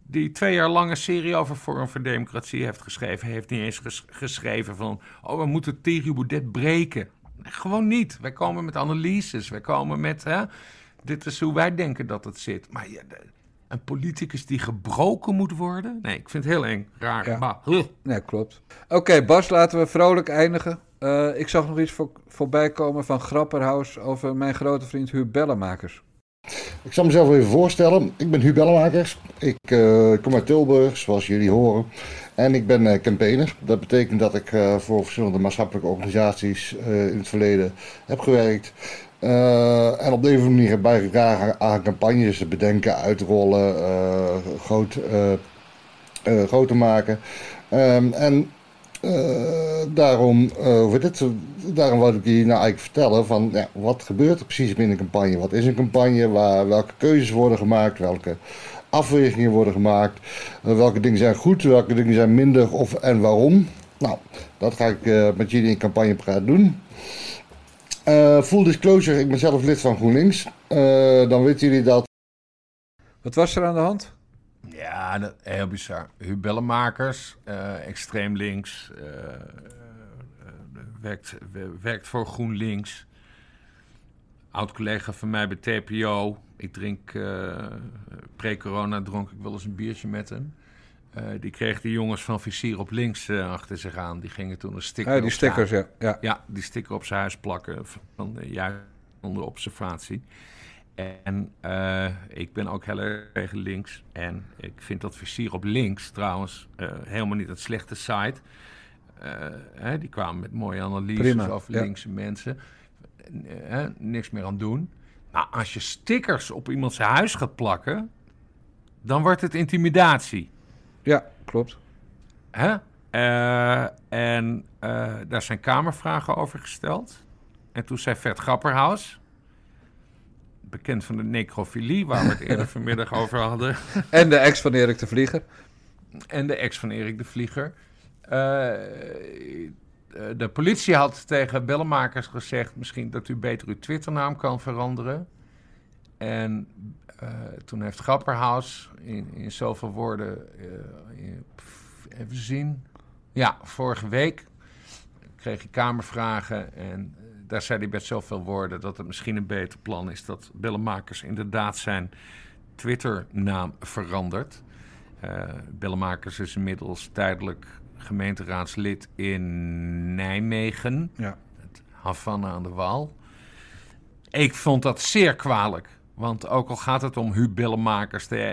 die 2 jaar lang een serie over Forum voor Democratie heeft geschreven, heeft niet eens geschreven van, we moeten Thierry Baudet breken. Nee, gewoon niet. Wij komen met analyses, wij komen met, dit is hoe wij denken dat het zit. Maar een politicus die gebroken moet worden? Nee, ik vind het heel eng, raar. Ja. Maar, Nee, klopt. Oké, Bas, laten we vrolijk eindigen. Ik zag nog iets voorbij komen van Grapperhaus over mijn grote vriend Huub Bellemakers. Ik zal mezelf even voorstellen. Ik ben Huub Bellemakers. Ik kom uit Tilburg, zoals jullie horen. En ik ben campaigner. Dat betekent dat ik voor verschillende maatschappelijke organisaties in het verleden heb gewerkt. En op deze manier heb bijgedragen aan campagnes te bedenken, uitrollen, groter maken. Daarom wil ik je nou eigenlijk vertellen van wat gebeurt er precies binnen een campagne? Wat is een campagne? Welke keuzes worden gemaakt? Welke afwegingen worden gemaakt? Welke dingen zijn goed? Welke dingen zijn minder? En waarom? Nou, dat ga ik met jullie in campagnepraat doen. Full disclosure, ik ben zelf lid van GroenLinks. Dan weten jullie dat. Wat was er aan de hand? ja, heel bizar. Huub Bellemakers, extreem links, werkt voor GroenLinks. Oud-collega van mij bij TPO. Ik drink, pre-corona dronk ik wel eens een biertje met hem. Die kreeg die jongens van Vizier op Links achter zich aan. Die gingen toen een sticker die stickers, ja. Ja, die sticker op zijn huis plakken. Van juist onder observatie. En ik ben ook heel erg links. En ik vind dat Vizier op Links trouwens helemaal niet een slechte site. Die kwamen met mooie analyses over linkse mensen. Niks meer aan doen. Maar als je stickers op iemands huis gaat plakken, dan wordt het intimidatie. Ja, klopt. En daar zijn kamervragen over gesteld. En toen zei Vert Grapperhaus, bekend van de necrofilie, waar we het eerder vanmiddag over hadden. En de ex van Erik de Vlieger. De politie had tegen Bellemakers gezegd, misschien dat u beter uw Twitternaam kan veranderen. En toen heeft Grapperhaus in zoveel woorden, even zien. Ja, vorige week kreeg hij kamervragen en daar zei hij met zoveel woorden dat het misschien een beter plan is dat Bellemakers inderdaad zijn Twitternaam verandert. Bellemakers is inmiddels tijdelijk gemeenteraadslid in Nijmegen. Ja. Het Havana aan de Waal. Ik vond dat zeer kwalijk. Want ook al gaat het om Huub Bellemakers, het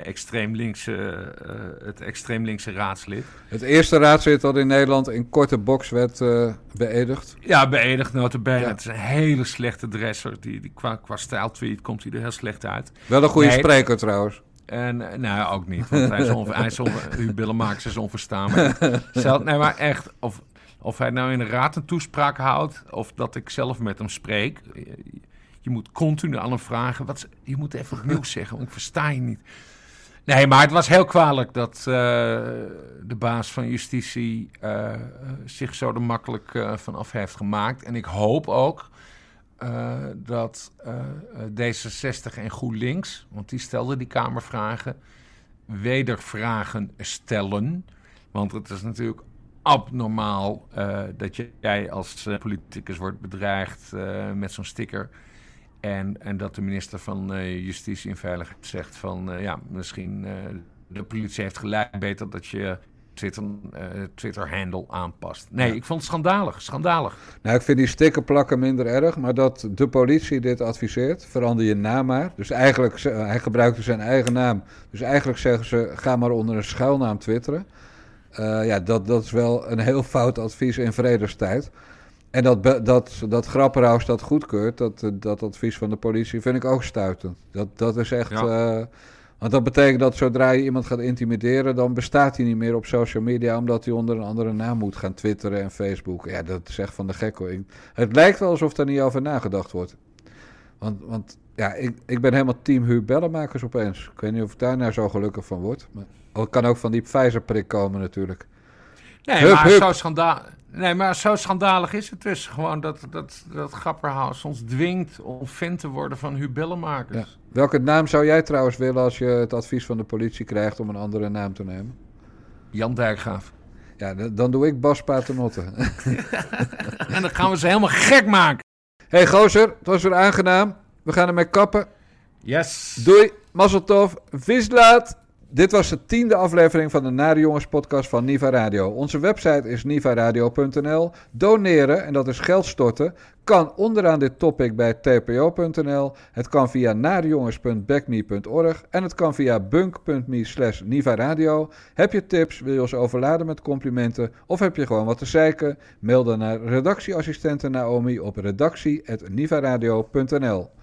extreem linkse raadslid. Het eerste raadslid dat in Nederland in korte box werd beëdigd. Ja, beëdigd nota bene. Ja. Het is een hele slechte dresser. Die qua stijltweet komt hij er heel slecht uit. Wel een goede spreker trouwens. En nou, ook niet. Want Huub Bellemakers is onverstaanbaar. Maar echt, of hij nou in de raad een toespraak houdt, of dat ik zelf met hem spreek. Je moet continu aan hem vragen. Je moet even opnieuw zeggen, want ik versta je niet. Nee, maar het was heel kwalijk dat de baas van Justitie zich zo er makkelijk vanaf heeft gemaakt. En ik hoop ook dat D66 en GroenLinks, want die stelden die Kamervragen, wedervragen stellen. Want het is natuurlijk abnormaal dat jij als politicus wordt bedreigd met zo'n sticker. En dat de minister van Justitie en Veiligheid zegt van misschien de politie heeft gelijk, beter dat je Twitter-handle aanpast. Nee, ik vond het schandalig. Nou, ik vind die sticker plakken minder erg, maar dat de politie dit adviseert, verander je naam maar. Dus eigenlijk, hij gebruikte zijn eigen naam. Dus eigenlijk zeggen ze, ga maar onder een schuilnaam twitteren. Dat is wel een heel fout advies in vredestijd. En dat Grapperhaus dat goedkeurt, dat advies van de politie, vind ik ook stuitend. Dat is echt... Ja. Want dat betekent dat zodra je iemand gaat intimideren, dan bestaat hij niet meer op social media, omdat hij onder een andere naam moet gaan twitteren en Facebooken. Ja, dat is echt van de gek hoor. Het lijkt wel alsof daar niet over nagedacht wordt. Want ik ben helemaal team Huub Bellemakers opeens. Ik weet niet of ik daar nou zo gelukkig van word. Maar het kan ook van die Pfizer-prik komen natuurlijk. Nee, maar zo schandalig. Nee, maar zo schandalig is het dus. Gewoon dat Grapperhaus ons dwingt om fan te worden van hubellenmakers. Ja. Welke naam zou jij trouwens willen als je het advies van de politie krijgt om een andere naam te nemen? Jan Dijkgraaf. Ja, dan doe ik Bas Paternotte. En dan gaan we ze helemaal gek maken. Hey gozer, het was weer aangenaam. We gaan ermee kappen. Yes. Doei, mazzel tof, vislaat. Dit was de 10e aflevering van de Nare Jongens podcast van Niva Radio. Onze website is nivaradio.nl. Doneren, en dat is geld storten, kan onderaan dit topic bij tpo.nl. Het kan via narejongens.backme.org en het kan via bunk.me/nivaradio. Heb je tips, wil je ons overladen met complimenten of heb je gewoon wat te zeiken? Mail dan naar redactieassistente Naomi op redactie@nivaradio.nl.